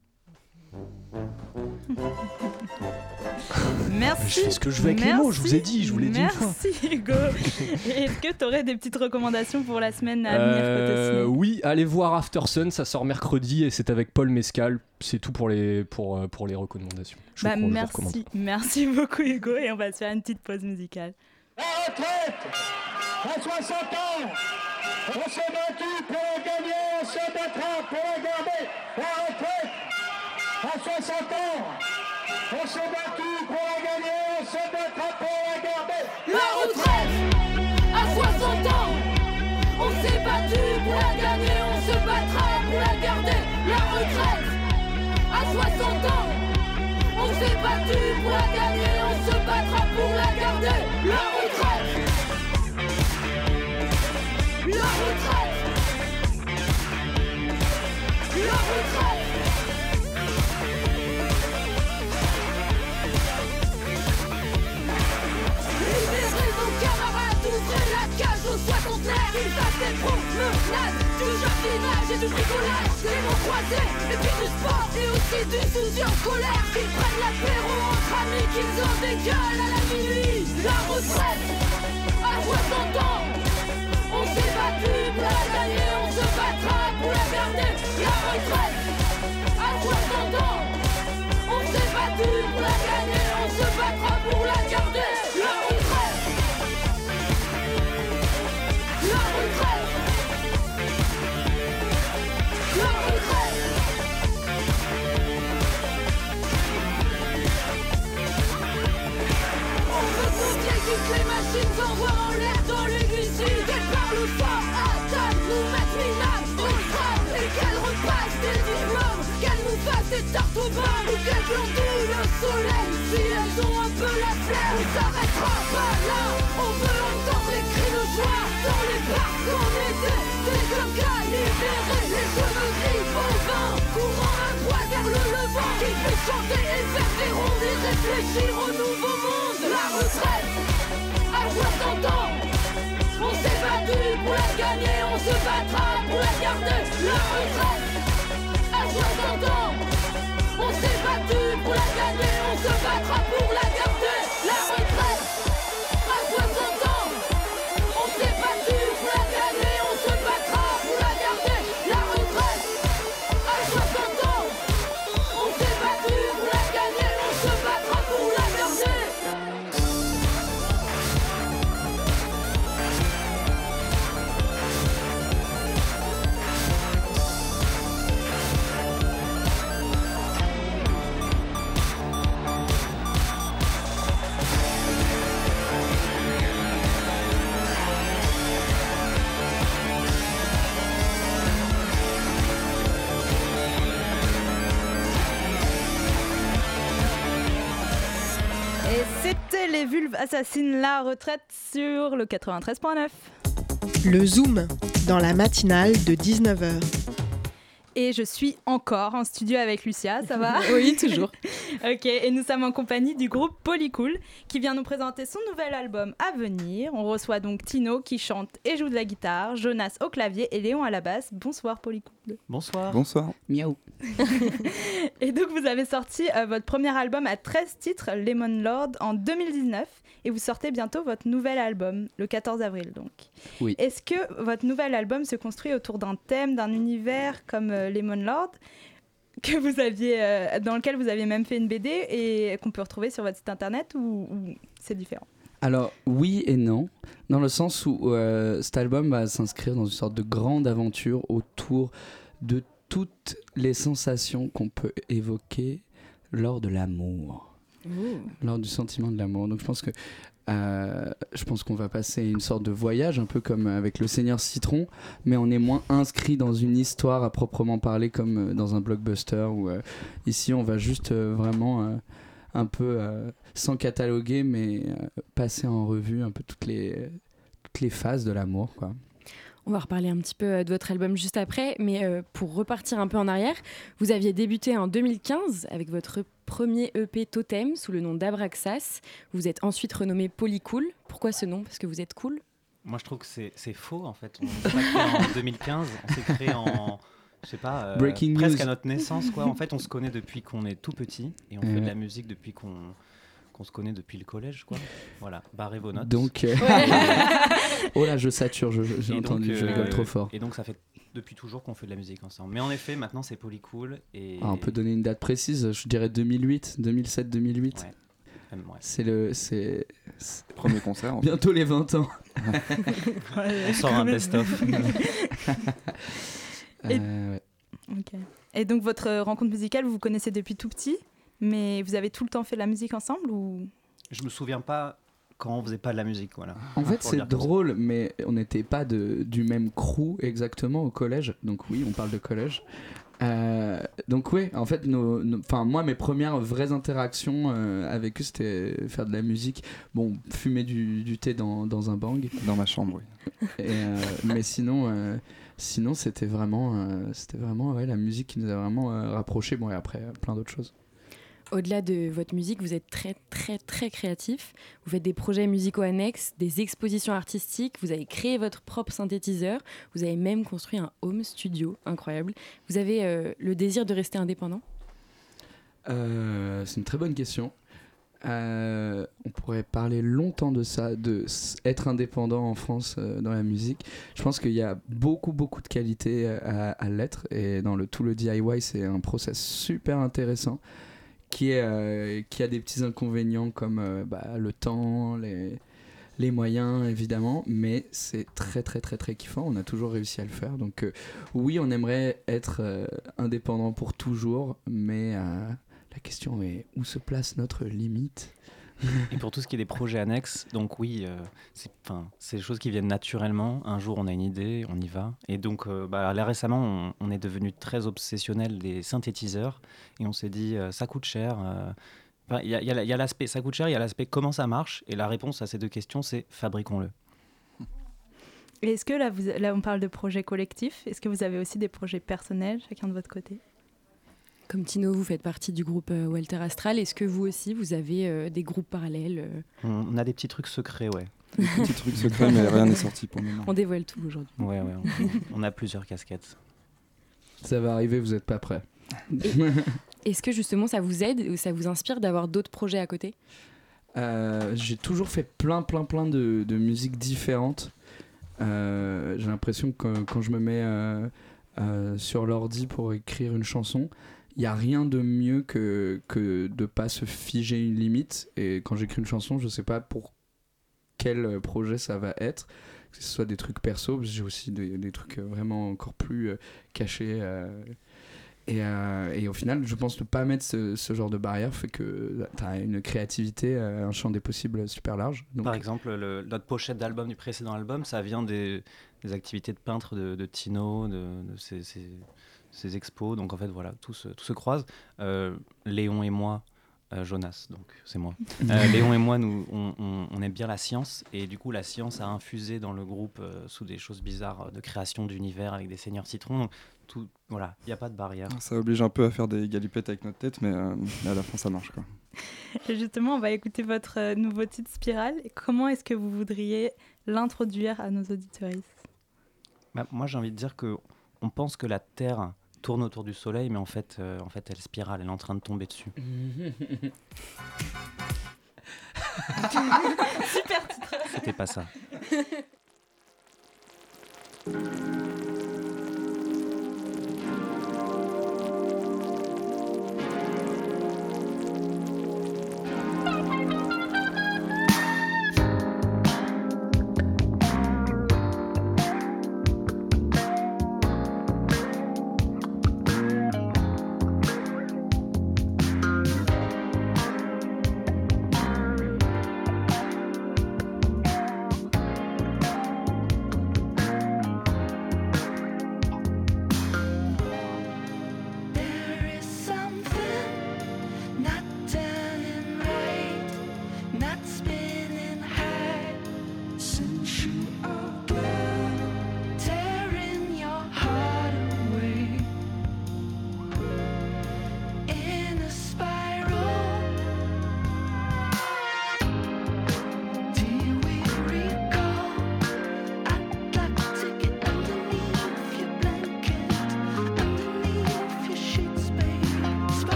Merci. Je fais ce que je veux avec Merci. les mots, je vous ai dit, je vous l'ai dit une fois. Merci Hugo. Est-ce que tu aurais des petites recommandations pour la semaine à venir euh, côté ciné ? Oui, allez voir After Sun, ça sort mercredi et c'est avec Paul Mescal. C'est tout pour les, pour, pour les recommandations. Je bah, merci, merci beaucoup Hugo et on va se faire une petite pause musicale. La retraite à soixante ans, on s'est battu pour la gagner, on se battra pour la garder. La retraite à soixante ans, on s'est battu pour la gagner, on se battra pour la garder. La retraite à soixante ans, on s'est battu pour la gagner, on se battra pour la garder. La retraite à soixante ans, on s'est battu pour la gagner, on se battra pour la garder. La retraite, la retraite, la retraite. Libérez vos camarades, ouvrez la cage aux soixantenaires. Ils fassent des promenades, du jardinage et du bricolage, des mots croisés et puis du sport et aussi du soutien scolaire. Qu'ils prennent l'apéro entre amis, qu'ils en dégueulent à la minuit. La retraite à soixante ans, on s'est battu pour la gagner, on se battra pour la garder. La retraite à soixante ans, on s'est battu pour la gagner, on se battra pour la garder. La retraite, la retraite, la retraite. On veut combien que les machines s'envoient en l'air dans l'aiguille. Qu'elles parlent fort à table, nous mettent minables au crâne et qu'elles repassent des diplômes, qu'elles nous fassent des tartes au beurre ou qu'elles glandouillent le soleil. Si elles ont un peu la flemme, on s'arrêtera pas là. On veut entendre les cris de joie dans les parcs en été. Des cocas libérés, les cheveux gris au vent, courant à droite vers le levant, qui fait chanter et faire des rondes et réfléchir au nouveau monde. La retraite à soixante ans, on s'est battu pour la gagner, on se battra pour la garder. La retraite à soixante ans, on s'est battu pour la gagner, on se battra pour la garder. La retraite à soixante ans, on s'est battu pour la gagner, on se battra pour la garder. La retraite à soixante ans, on s'est battu pour la gagner, on se battra pour la garder. Et c'était les vulves assassines, la retraite sur le quatre-vingt-treize neuf. Le Zoom, dans la matinale de dix-neuf heures. Et je suis encore en studio avec Lucia, ça va ? Oui, toujours. Ok, et nous sommes en compagnie du groupe Polycool qui vient nous présenter son nouvel album à venir. On reçoit donc Tino qui chante et joue de la guitare, Jonas au clavier et Léon à la basse. Bonsoir Polycool. Bonsoir. Bonsoir. Miaou. Et donc vous avez sorti euh, votre premier album à treize titres, Lemon Lord, en deux mille dix-neuf. Et vous sortez bientôt votre nouvel album, le quatorze avril donc. Oui. Est-ce que votre nouvel album se construit autour d'un thème, d'un univers comme euh, Lemon Lord, que vous aviez, euh, dans lequel vous aviez même fait une B D et qu'on peut retrouver sur votre site internet, ou, ou c'est différent ? Alors oui et non, dans le sens où euh, cet album va s'inscrire dans une sorte de grande aventure autour de toutes les sensations qu'on peut évoquer lors de l'amour. Ooh. Lors du sentiment de l'amour. Donc je pense que euh, je pense qu'on va passer une sorte de voyage, un peu comme avec le Seigneur Citron, mais on est moins inscrit dans une histoire à proprement parler comme dans un blockbuster où euh, ici on va juste euh, vraiment euh, un peu euh, sans cataloguer, mais euh, passer en revue un peu toutes les toutes les phases de l'amour, quoi. On va reparler un petit peu de votre album juste après, mais euh, pour repartir un peu en arrière, vous aviez débuté en deux mille quinze avec votre premier E P Totem sous le nom d'Abraxas. Vous êtes ensuite renommé Polycool. Pourquoi ce nom ? Parce que vous êtes cool ? Moi, je trouve que c'est, c'est faux, en fait. On s'est pas créé en deux mille quinze, on s'est créé en, je sais pas, euh, presque news. À notre naissance, quoi. En fait, on se connaît depuis qu'on est tout petit et on mmh. fait de la musique depuis qu'on... qu'on se connaît depuis le collège, quoi. Voilà, barrez vos notes. Donc, euh... oh là, je sature, je, je, j'ai et entendu, donc, je rigole euh, trop fort. Et donc, ça fait depuis toujours qu'on fait de la musique ensemble. Mais en effet, maintenant, c'est Polycool. Et... Ah, on peut donner une date précise, je dirais deux mille huit, deux mille sept deux mille huit. Ouais. Même, ouais. C'est le... C'est... c'est... Premier concert. En bientôt les vingt ans. On sort un best-of. et... Euh, ouais. Okay. Et donc, votre rencontre musicale, vous vous connaissez depuis tout petit ? Mais vous avez tout le temps fait de la musique ensemble ou... Je me souviens pas quand on faisait pas de la musique, voilà. En fait, c'est drôle, mais on n'était pas de, du même crew exactement au collège. Donc oui, on parle de collège. Euh, donc oui, en fait, nos, nos, moi, mes premières vraies interactions euh, avec eux, c'était faire de la musique. Bon, fumer du, du thé dans, dans un bang. Dans ma chambre, oui. Et, euh, mais sinon... Euh, sinon, c'était vraiment, euh, c'était vraiment ouais, la musique qui nous a vraiment euh, rapprochés. Bon, et après, euh, plein d'autres choses. Au-delà de votre musique, vous êtes très, très, très créatif. Vous faites des projets musicaux annexes, des expositions artistiques. Vous avez créé votre propre synthétiseur. Vous avez même construit un home studio. Incroyable. Vous avez euh, le désir de rester indépendant ? euh, C'est une très bonne question. Euh, on pourrait parler longtemps de ça, de être indépendant en France euh, dans la musique. Je pense qu'il y a beaucoup, beaucoup de qualités à, à l'être. Et dans le, tout le D I Y, c'est un process super intéressant. Qui, est, euh, qui a des petits inconvénients comme euh, bah, le temps, les, les moyens évidemment, mais c'est très très très très kiffant, on a toujours réussi à le faire. Donc euh, oui, on aimerait être euh, indépendant pour toujours, mais euh, la question est où se place notre limite ? Et pour tout ce qui est des projets annexes, donc oui, euh, c'est, c'est des choses qui viennent naturellement. Un jour, on a une idée, on y va. Et donc, euh, bah, là récemment, on, on est devenu très obsessionnel des synthétiseurs. Et on s'est dit, euh, ça coûte cher. Il euh, y, y, y a l'aspect, ça coûte cher, il y a l'aspect comment ça marche. Et la réponse à ces deux questions, c'est fabriquons-le. Et est-ce que là, vous, là, on parle de projets collectifs. Est-ce que vous avez aussi des projets personnels, chacun de votre côté ? Comme Tino, vous faites partie du groupe euh, Walter Astral. Est-ce que vous aussi, vous avez euh, des groupes parallèles euh... On a des petits trucs secrets, ouais. Des petits trucs secrets, mais rien n'est sorti pour le moment. On dévoile tout aujourd'hui. Ouais, ouais. On, on a plusieurs casquettes. Ça va arriver, vous n'êtes pas prêts. Et, est-ce que justement, ça vous aide ou ça vous inspire d'avoir d'autres projets à côté ? euh, J'ai toujours fait plein, plein, plein de, de musiques différentes. Euh, j'ai l'impression que quand, quand je me mets euh, euh, sur l'ordi pour écrire une chanson, il n'y a rien de mieux que, que de ne pas se figer une limite. Et quand j'écris une chanson, je ne sais pas pour quel projet ça va être. Que ce soit des trucs perso, parce que j'ai aussi des, des trucs vraiment encore plus euh, cachés. Euh, et, euh, et au final, je pense ne pas mettre ce, ce genre de barrière fait que tu as une créativité, euh, un champ des possibles super large. Donc... Par exemple, le, notre pochette d'album du précédent album, ça vient des, des activités de peintre de, de Tino, de, de ses... ses... ces expos, donc en fait voilà, tout se, tout se croise. Euh, Léon et moi, euh, Jonas, donc c'est moi. Euh, Léon et moi, nous, on, on, on aime bien la science, et du coup la science a infusé dans le groupe euh, sous des choses bizarres de création d'univers avec des seigneurs citrons. Donc, tout, voilà, il n'y a pas de barrière. Ça oblige un peu à faire des galipettes avec notre tête, mais, euh, mais à la fin ça marche, quoi. Et justement, on va écouter votre euh, nouveau titre Spirale. Et comment est-ce que vous voudriez l'introduire à nos auditeurs ? Bah, moi, j'ai envie de dire que on pense que la Terre tourne autour du Soleil, mais en fait, euh, en fait, elle spirale, elle est en train de tomber dessus. Super titre. C'était pas ça.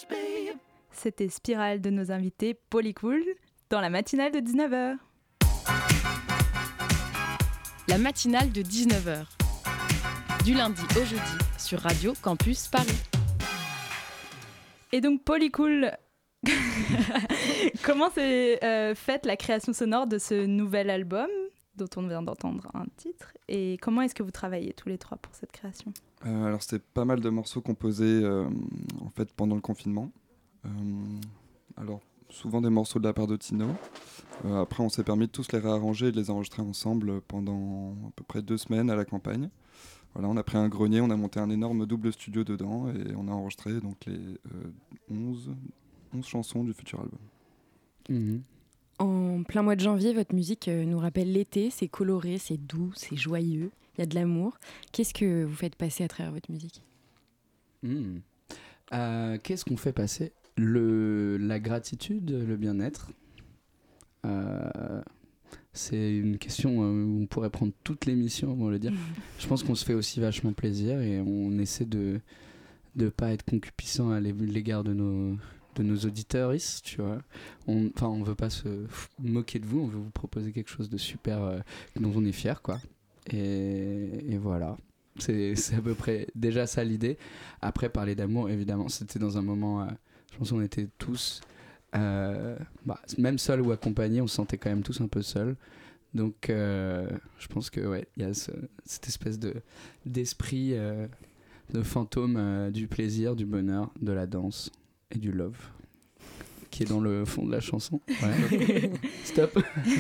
C'était Spirale de nos invités Polycool dans la matinale de dix-neuf heures. La matinale de dix-neuf heures. Du lundi au jeudi sur Radio Campus Paris. Et donc Polycool, comment s'est euh, faite la création sonore de ce nouvel album dont on vient d'entendre un titre, et comment est-ce que vous travaillez tous les trois pour cette création ? Euh, alors c'était pas mal de morceaux composés euh, en fait pendant le confinement. Euh, alors souvent des morceaux de la part de Tino. Euh, après on s'est permis de tous les réarranger et de les enregistrer ensemble pendant à peu près deux semaines à la campagne. Voilà, on a pris un grenier, on a monté un énorme double studio dedans et on a enregistré donc les euh, onze, onze chansons du futur album. Mmh. En plein mois de janvier, votre musique euh, nous rappelle l'été, c'est coloré, c'est doux, c'est joyeux, il y a de l'amour. Qu'est-ce que vous faites passer à travers votre musique ? mmh. euh, Qu'est-ce qu'on fait passer ? le, La gratitude, le bien-être. Euh, c'est une question euh, où on pourrait prendre toute l'émission pour le dire. Je pense qu'on se fait aussi vachement plaisir et on essaie de ne pas être concupissant à l'égard de nos... de nos auditeurs, tu vois. On, enfin, on veut pas se f- moquer de vous, on veut vous proposer quelque chose de super euh, dont on est fier, quoi. Et, et voilà. C'est, c'est à peu près déjà ça l'idée. Après, parler d'amour, évidemment, c'était dans un moment, euh, je pense qu'on était tous, euh, bah, même seuls ou accompagnés, on se sentait quand même tous un peu seuls. Donc, euh, je pense que ouais, il y a ce, cette espèce de d'esprit, euh, de fantôme euh, du plaisir, du bonheur, de la danse et du love qui est dans le fond de la chanson. Ouais. Stop.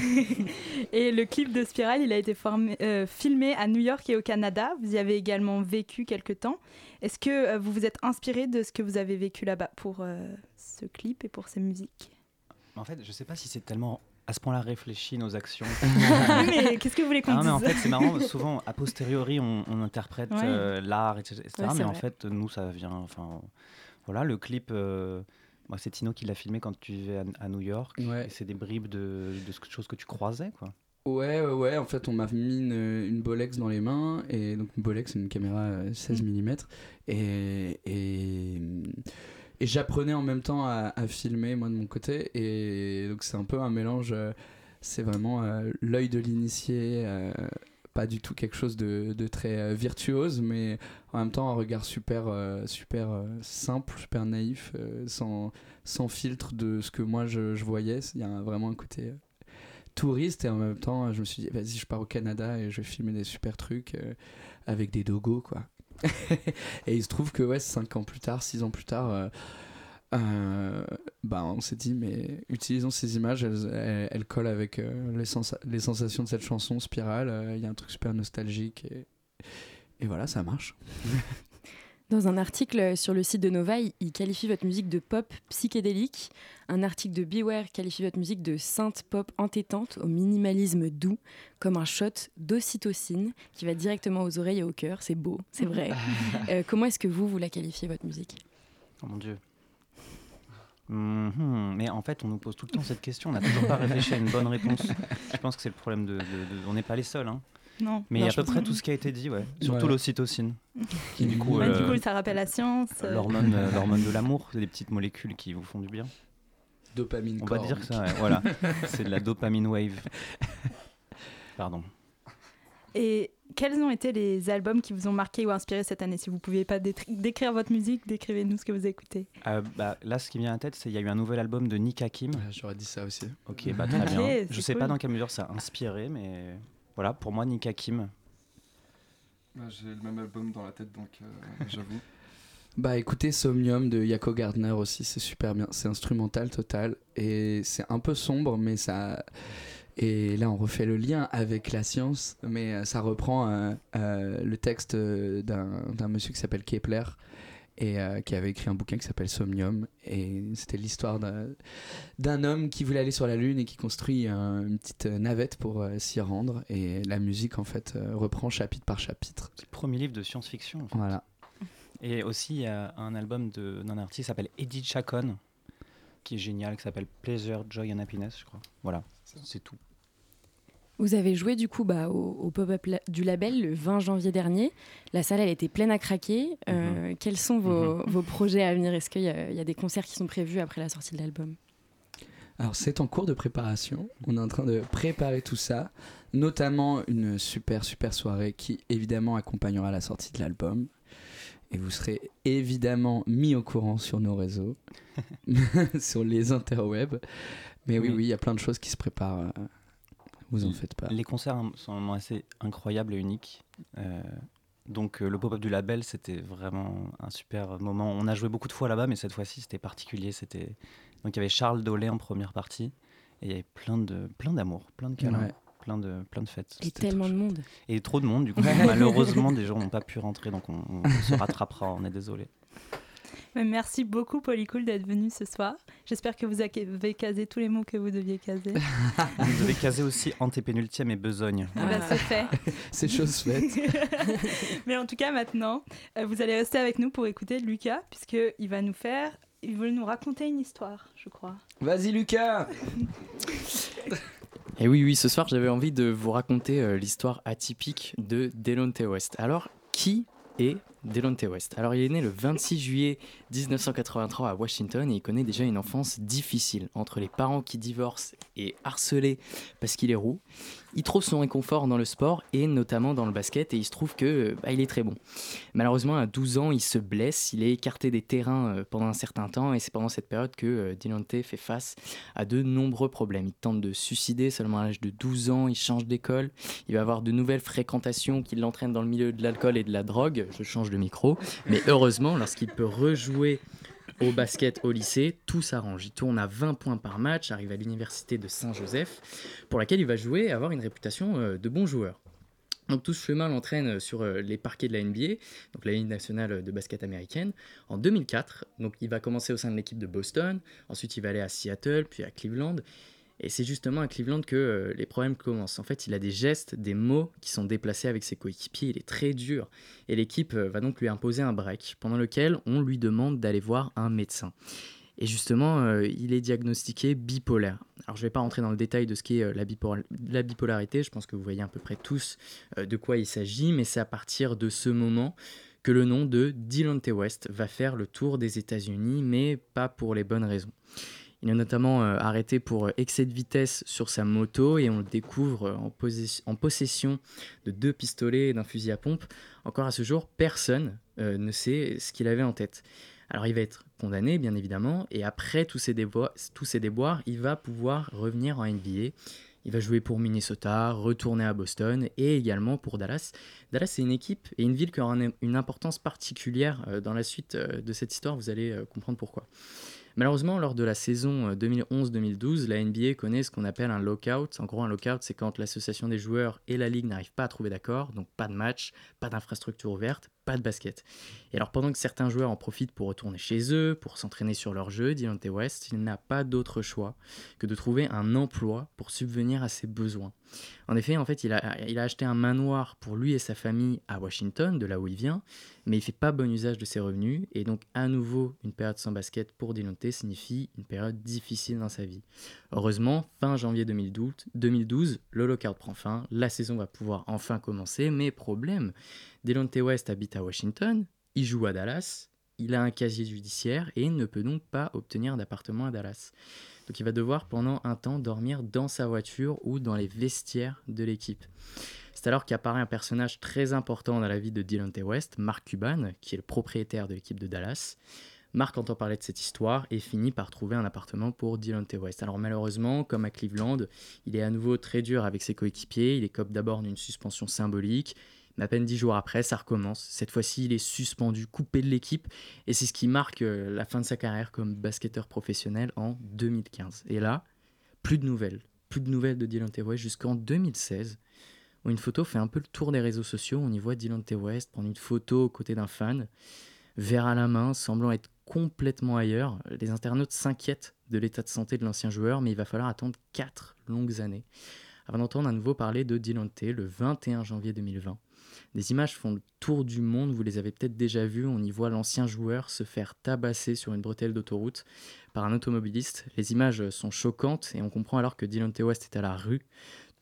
Et le clip de Spirale, il a été formé, euh, filmé à New York et au Canada. Vous y avez également vécu quelque temps. Est-ce que euh, vous vous êtes inspiré de ce que vous avez vécu là-bas pour euh, ce clip et pour ces musiques ? En fait, je sais pas si c'est tellement à ce point-là réfléchi nos actions. Mais qu'est-ce que vous voulez qu'on ah, dise ? mais en fait, c'est marrant. Souvent, a posteriori, on, on interprète ouais. euh, l'art, et cetera. Ouais, mais vrai. en fait, nous, ça vient. Enfin, voilà, le clip. Euh, moi, c'est Tino qui l'a filmé quand tu vivais à, à New York. Ouais. Et c'est des bribes de, de ce- choses que tu croisais, quoi. Ouais, ouais, ouais. En fait, on m'a mis une, une Bolex dans les mains. Et donc, une Bolex, c'est une caméra seize millimètres. Et. et Et j'apprenais en même temps à, à filmer, moi, de mon côté. Et donc, c'est un peu un mélange. Euh, c'est vraiment euh, l'œil de l'initié. Euh, pas du tout quelque chose de, de très euh, virtuose, mais en même temps, un regard super, euh, super euh, simple, super naïf, euh, sans, sans filtre de ce que moi, je, je voyais. Il y a un, vraiment un côté euh, touriste. Et en même temps, je me suis dit, vas-y, je pars au Canada et je vais filmer des super trucs euh, avec des dogos, quoi. Et il se trouve que ouais, cinq ans plus tard, six ans plus tard, euh, euh, bah, on s'est dit mais utilisons ces images, elles, elles, elles collent avec euh, les, sens- les sensations de cette chanson Spirale. Il euh, y a un truc super nostalgique et, et voilà, ça marche. Dans un article sur le site de Nova, il qualifie votre musique de pop psychédélique. Un article de Beware qualifie votre musique de synth pop entêtante au minimalisme doux, comme un shot d'ocytocine qui va directement aux oreilles et au cœur. C'est beau, c'est vrai. euh, comment est-ce que vous, vous la qualifiez, votre musique ? Oh mon Dieu. Mmh, mais en fait, on nous pose tout le temps cette question. On n'a toujours pas réfléchi à une bonne réponse. Je pense que c'est le problème de... de, de on n'est pas les seuls, hein. Non. Mais non, à peu près que... tout ce qui a été dit, ouais. Surtout ouais. l'ocytocine. Qui, du coup, bah, euh, du coup, ça rappelle la science. Euh... L'hormone, euh, l'hormone de l'amour, c'est des petites molécules qui vous font du bien. Dopamine. On va dire que ça, ouais, voilà. C'est de la dopamine wave. Pardon. Et quels ont été les albums qui vous ont marqué ou inspiré cette année ? Si vous ne pouviez pas dé- décrire votre musique, décrivez-nous ce que vous écoutez. Euh, bah, là, ce qui me vient à la tête, c'est qu'il y a eu un nouvel album de Nick Hakim. Ouais, j'aurais dit ça aussi. Ok, bah, très okay, bien. Je ne sais cool. pas dans quelle mesure ça a inspiré, mais voilà, pour moi, Nick Hakim. Bah, j'ai le même album dans la tête, donc euh, j'avoue. Bah écoutez, Somnium de Yako Gardner aussi, c'est super bien. C'est instrumental total et c'est un peu sombre, mais ça... Et là, on refait le lien avec la science, mais euh, ça reprend euh, euh, le texte d'un, d'un monsieur qui s'appelle Kepler et euh, qui avait écrit un bouquin qui s'appelle Somnium. Et c'était l'histoire d'un, d'un homme qui voulait aller sur la Lune et qui construit un, une petite navette pour euh, s'y rendre. Et la musique, en fait, euh, reprend chapitre par chapitre. C'est le premier livre de science-fiction, en fait. Voilà. Et aussi, il y a un album de, d'un artiste qui s'appelle Eddie Chacon, qui est génial, qui s'appelle Pleasure, Joy and Happiness, je crois. Voilà, c'est tout. Vous avez joué du coup bah, au, au pop-up la- du label le vingt janvier dernier. La salle, elle était pleine à craquer. Euh, mmh. Quels sont vos, mmh. vos projets à venir ? Est-ce qu'il y a, il y a des concerts qui sont prévus après la sortie de l'album ? Alors c'est en cours de préparation, on est en train de préparer tout ça, notamment une super super soirée qui évidemment accompagnera la sortie de l'album. Et vous serez évidemment mis au courant sur nos réseaux, sur les interwebs. Mais oui, oui, il oui, y a plein de choses qui se préparent, vous en faites pas. Les concerts sont assez incroyables et uniques. Euh, donc euh, le pop-up du label, c'était vraiment un super moment. On a joué beaucoup de fois là-bas, mais cette fois-ci, c'était particulier. C'était... Donc il y avait Charles Dolé en première partie, et il y avait plein, de, plein d'amour, plein de câlins. Ouais. Plein de, plein de fêtes. Et C'était tellement de monde. Et trop de monde, du coup. Malheureusement, des gens n'ont pas pu rentrer, donc on, on se rattrapera, on est désolé. Merci beaucoup, Polycool, d'être venu ce soir. J'espère que vous avez casé tous les mots que vous deviez caser. Vous devez caser aussi antépénultième et besogne. Ah bah, c'est fait. C'est chose faite. Mais en tout cas, maintenant, vous allez rester avec nous pour écouter Lucas, puisqu'il va nous faire... Il veut nous raconter une histoire, je crois. Vas-y, Lucas. Et oui, oui, ce soir, j'avais envie de vous raconter euh, l'histoire atypique de Delonte West. Alors, qui est Delonte West ? Alors, il est né le vingt-six juillet dix-neuf cent quatre-vingt-trois à Washington et il connaît déjà une enfance difficile. Entre les parents qui divorcent et harcelés parce qu'il est roux, il trouve son réconfort dans le sport et notamment dans le basket et il se trouve que bah, il est très bon. Malheureusement, à douze ans, il se blesse, il est écarté des terrains euh, pendant un certain temps et c'est pendant cette période que euh, Delonte fait face à de nombreux problèmes. Il tente de se suicider seulement à l'âge de douze ans, il change d'école, il va avoir de nouvelles fréquentations qui l'entraînent dans le milieu de l'alcool et de la drogue. Je change de micro, mais heureusement, lorsqu'il peut rejouer au basket au lycée, tout s'arrange. Il tourne à vingt points par match, arrive à l'université de Saint-Joseph, pour laquelle il va jouer et avoir une réputation euh, de bon joueur. Donc tout ce chemin l'entraîne sur euh, les parquets de la N B A, donc la Ligue nationale de basket américaine, en deux mille quatre. Donc il va commencer au sein de l'équipe de Boston, ensuite il va aller à Seattle, puis à Cleveland. Et c'est justement à Cleveland que euh, les problèmes commencent. En fait, il a des gestes, des mots qui sont déplacés avec ses coéquipiers. Il est très dur. Et l'équipe euh, va donc lui imposer un break, pendant lequel on lui demande d'aller voir un médecin. Et justement, euh, il est diagnostiqué bipolaire. Alors, je ne vais pas rentrer dans le détail de ce qu'est euh, la, bipol- la bipolarité. Je pense que vous voyez à peu près tous euh, de quoi il s'agit. Mais c'est à partir de ce moment que le nom de Delonte West va faire le tour des États-Unis, mais pas pour les bonnes raisons. Il est notamment euh, arrêté pour euh, excès de vitesse sur sa moto et on le découvre euh, en, posi- en possession de deux pistolets et d'un fusil à pompe. Encore à ce jour, personne euh, ne sait ce qu'il avait en tête. Alors il va être condamné, bien évidemment, et après tous ces, débo- tous ces déboires, il va pouvoir revenir en N B A. Il va jouer pour Minnesota, retourner à Boston et également pour Dallas. Dallas, c'est une équipe et une ville qui aura une importance particulière euh, dans la suite euh, de cette histoire. Vous allez euh, comprendre pourquoi. Malheureusement, lors de la saison deux mille onze deux mille douze, la N B A connaît ce qu'on appelle un lockout. En gros, un lockout, c'est quand l'association des joueurs et la ligue n'arrivent pas à trouver d'accord, donc pas de match, pas d'infrastructure ouverte, pas de basket. Et alors, pendant que certains joueurs en profitent pour retourner chez eux, pour s'entraîner sur leur jeu, Delonte West, il n'a pas d'autre choix que de trouver un emploi pour subvenir à ses besoins. En effet, en fait, il a, il a acheté un manoir pour lui et sa famille à Washington, de là où il vient, mais il ne fait pas bon usage de ses revenus, et donc à nouveau, une période sans basket pour Delonte signifie une période difficile dans sa vie. Heureusement, fin janvier deux mille douze, le lockout prend fin, la saison va pouvoir enfin commencer, mais problème, Delonte West habite à Washington, il joue à Dallas, il a un casier judiciaire et ne peut donc pas obtenir d'appartement à Dallas. Donc il va devoir pendant un temps dormir dans sa voiture ou dans les vestiaires de l'équipe. C'est alors qu'apparaît un personnage très important dans la vie de Delonte West, Mark Cuban, qui est le propriétaire de l'équipe de Dallas. Mark entend parler de cette histoire et finit par trouver un appartement pour Delonte West. Alors malheureusement, comme à Cleveland, il est à nouveau très dur avec ses coéquipiers, il écope d'abord d'une suspension symbolique, mais à peine dix jours après, ça recommence. Cette fois-ci, il est suspendu, coupé de l'équipe, et c'est ce qui marque euh, la fin de sa carrière comme basketteur professionnel en deux mille quinze. Et là, plus de nouvelles, plus de nouvelles de Delonte West jusqu'en deux mille seize, où une photo fait un peu le tour des réseaux sociaux. On y voit Delonte West prendre une photo aux côtés d'un fan, verre à la main, semblant être complètement ailleurs. Les internautes s'inquiètent de l'état de santé de l'ancien joueur, mais il va falloir attendre quatre longues années avant d'entendre à nouveau parler de Delonte le vingt et un janvier deux mille vingt. Des images font le tour du monde, vous les avez peut-être déjà vues, on y voit l'ancien joueur se faire tabasser sur une bretelle d'autoroute par un automobiliste. Les images sont choquantes et on comprend alors que Delonte West est à la rue.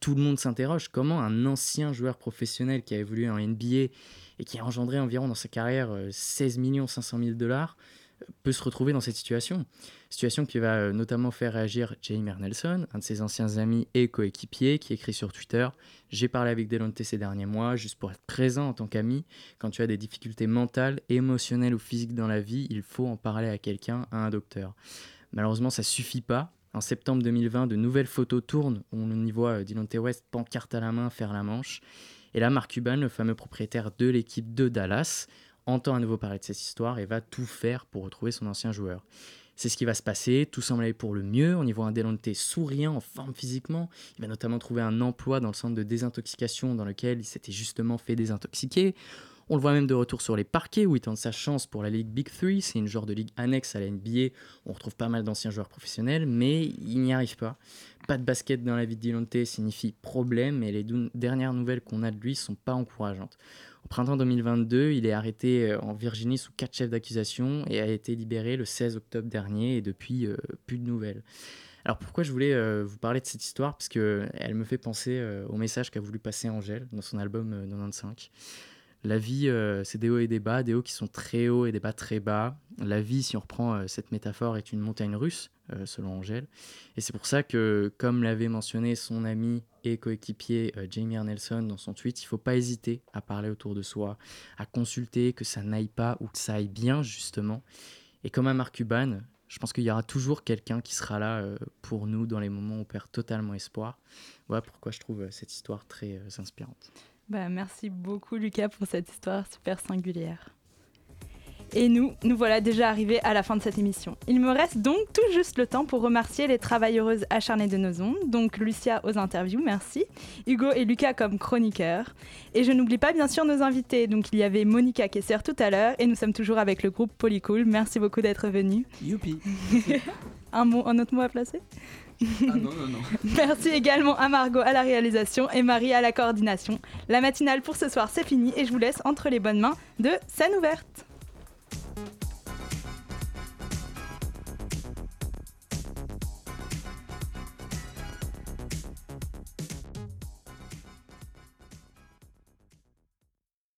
tout le monde s'interroge comment un ancien joueur professionnel qui a évolué en N B A et qui a engendré environ dans sa carrière seize millions cinq cent mille dollars peut se retrouver dans cette situation. Situation qui va notamment faire réagir Jameer Nelson, un de ses anciens amis et coéquipiers, qui écrit sur Twitter « J'ai parlé avec Delonte ces derniers mois, juste pour être présent en tant qu'ami. Quand tu as des difficultés mentales, émotionnelles ou physiques dans la vie, il faut en parler à quelqu'un, à un docteur. » Malheureusement, ça ne suffit pas. En septembre deux mille vingt, de nouvelles photos tournent où on y voit Delonte West pancarte à la main faire la manche. Et là, Mark Cuban, le fameux propriétaire de l'équipe de Dallas, entend à nouveau parler de cette histoire et va tout faire pour retrouver son ancien joueur. C'est ce qui va se passer, tout semble aller pour le mieux, on y voit un Delonte souriant, en forme physiquement, il va notamment trouver un emploi dans le centre de désintoxication dans lequel il s'était justement fait désintoxiquer. On le voit même de retour sur les parquets où il tente sa chance pour la Ligue Big Three, c'est une genre de ligue annexe à la N B A, on retrouve pas mal d'anciens joueurs professionnels, mais il n'y arrive pas. Pas de basket dans la vie de Delonte signifie problème, et les dou- dernières nouvelles qu'on a de lui sont pas encourageantes. Au printemps deux mille vingt-deux, il est arrêté en Virginie sous quatre chefs d'accusation et a été libéré le seize octobre dernier, et depuis, euh, plus de nouvelles. Alors pourquoi je voulais euh, vous parler de cette histoire ? Parce qu'elle me fait penser euh, au message qu'a voulu passer Angèle dans son album euh, quatre-vingt-quinze. La vie, euh, c'est des hauts et des bas, des hauts qui sont très hauts et des bas très bas. La vie, si on reprend euh, cette métaphore, est une montagne russe, euh, selon Angèle. Et c'est pour ça que, comme l'avait mentionné son ami et coéquipier euh, Jameer Nelson dans son tweet, il ne faut pas hésiter à parler autour de soi, à consulter, que ça n'aille pas ou que ça aille bien, justement. Et comme à Mark Cuban, je pense qu'il y aura toujours quelqu'un qui sera là euh, pour nous dans les moments où on perd totalement espoir. Voilà pourquoi je trouve euh, cette histoire très euh, inspirante. Bah, merci beaucoup Lucas pour cette histoire super singulière. Et nous, nous voilà déjà arrivés à la fin de cette émission. Il me reste donc tout juste le temps pour remercier les travailleuses acharnées de nos ondes, donc Lucia aux interviews, merci, Hugo et Lucas comme chroniqueurs. Et je n'oublie pas bien sûr nos invités, donc il y avait Monica Kesser tout à l'heure, et nous sommes toujours avec le groupe Polycool. Merci beaucoup d'être venus. Youpi. un, mot, un autre mot à placer ? Ah non, non, non. Merci également à Margot à la réalisation et Marie à la coordination. La matinale pour ce soir c'est fini et je vous laisse entre les bonnes mains de Scène ouverte.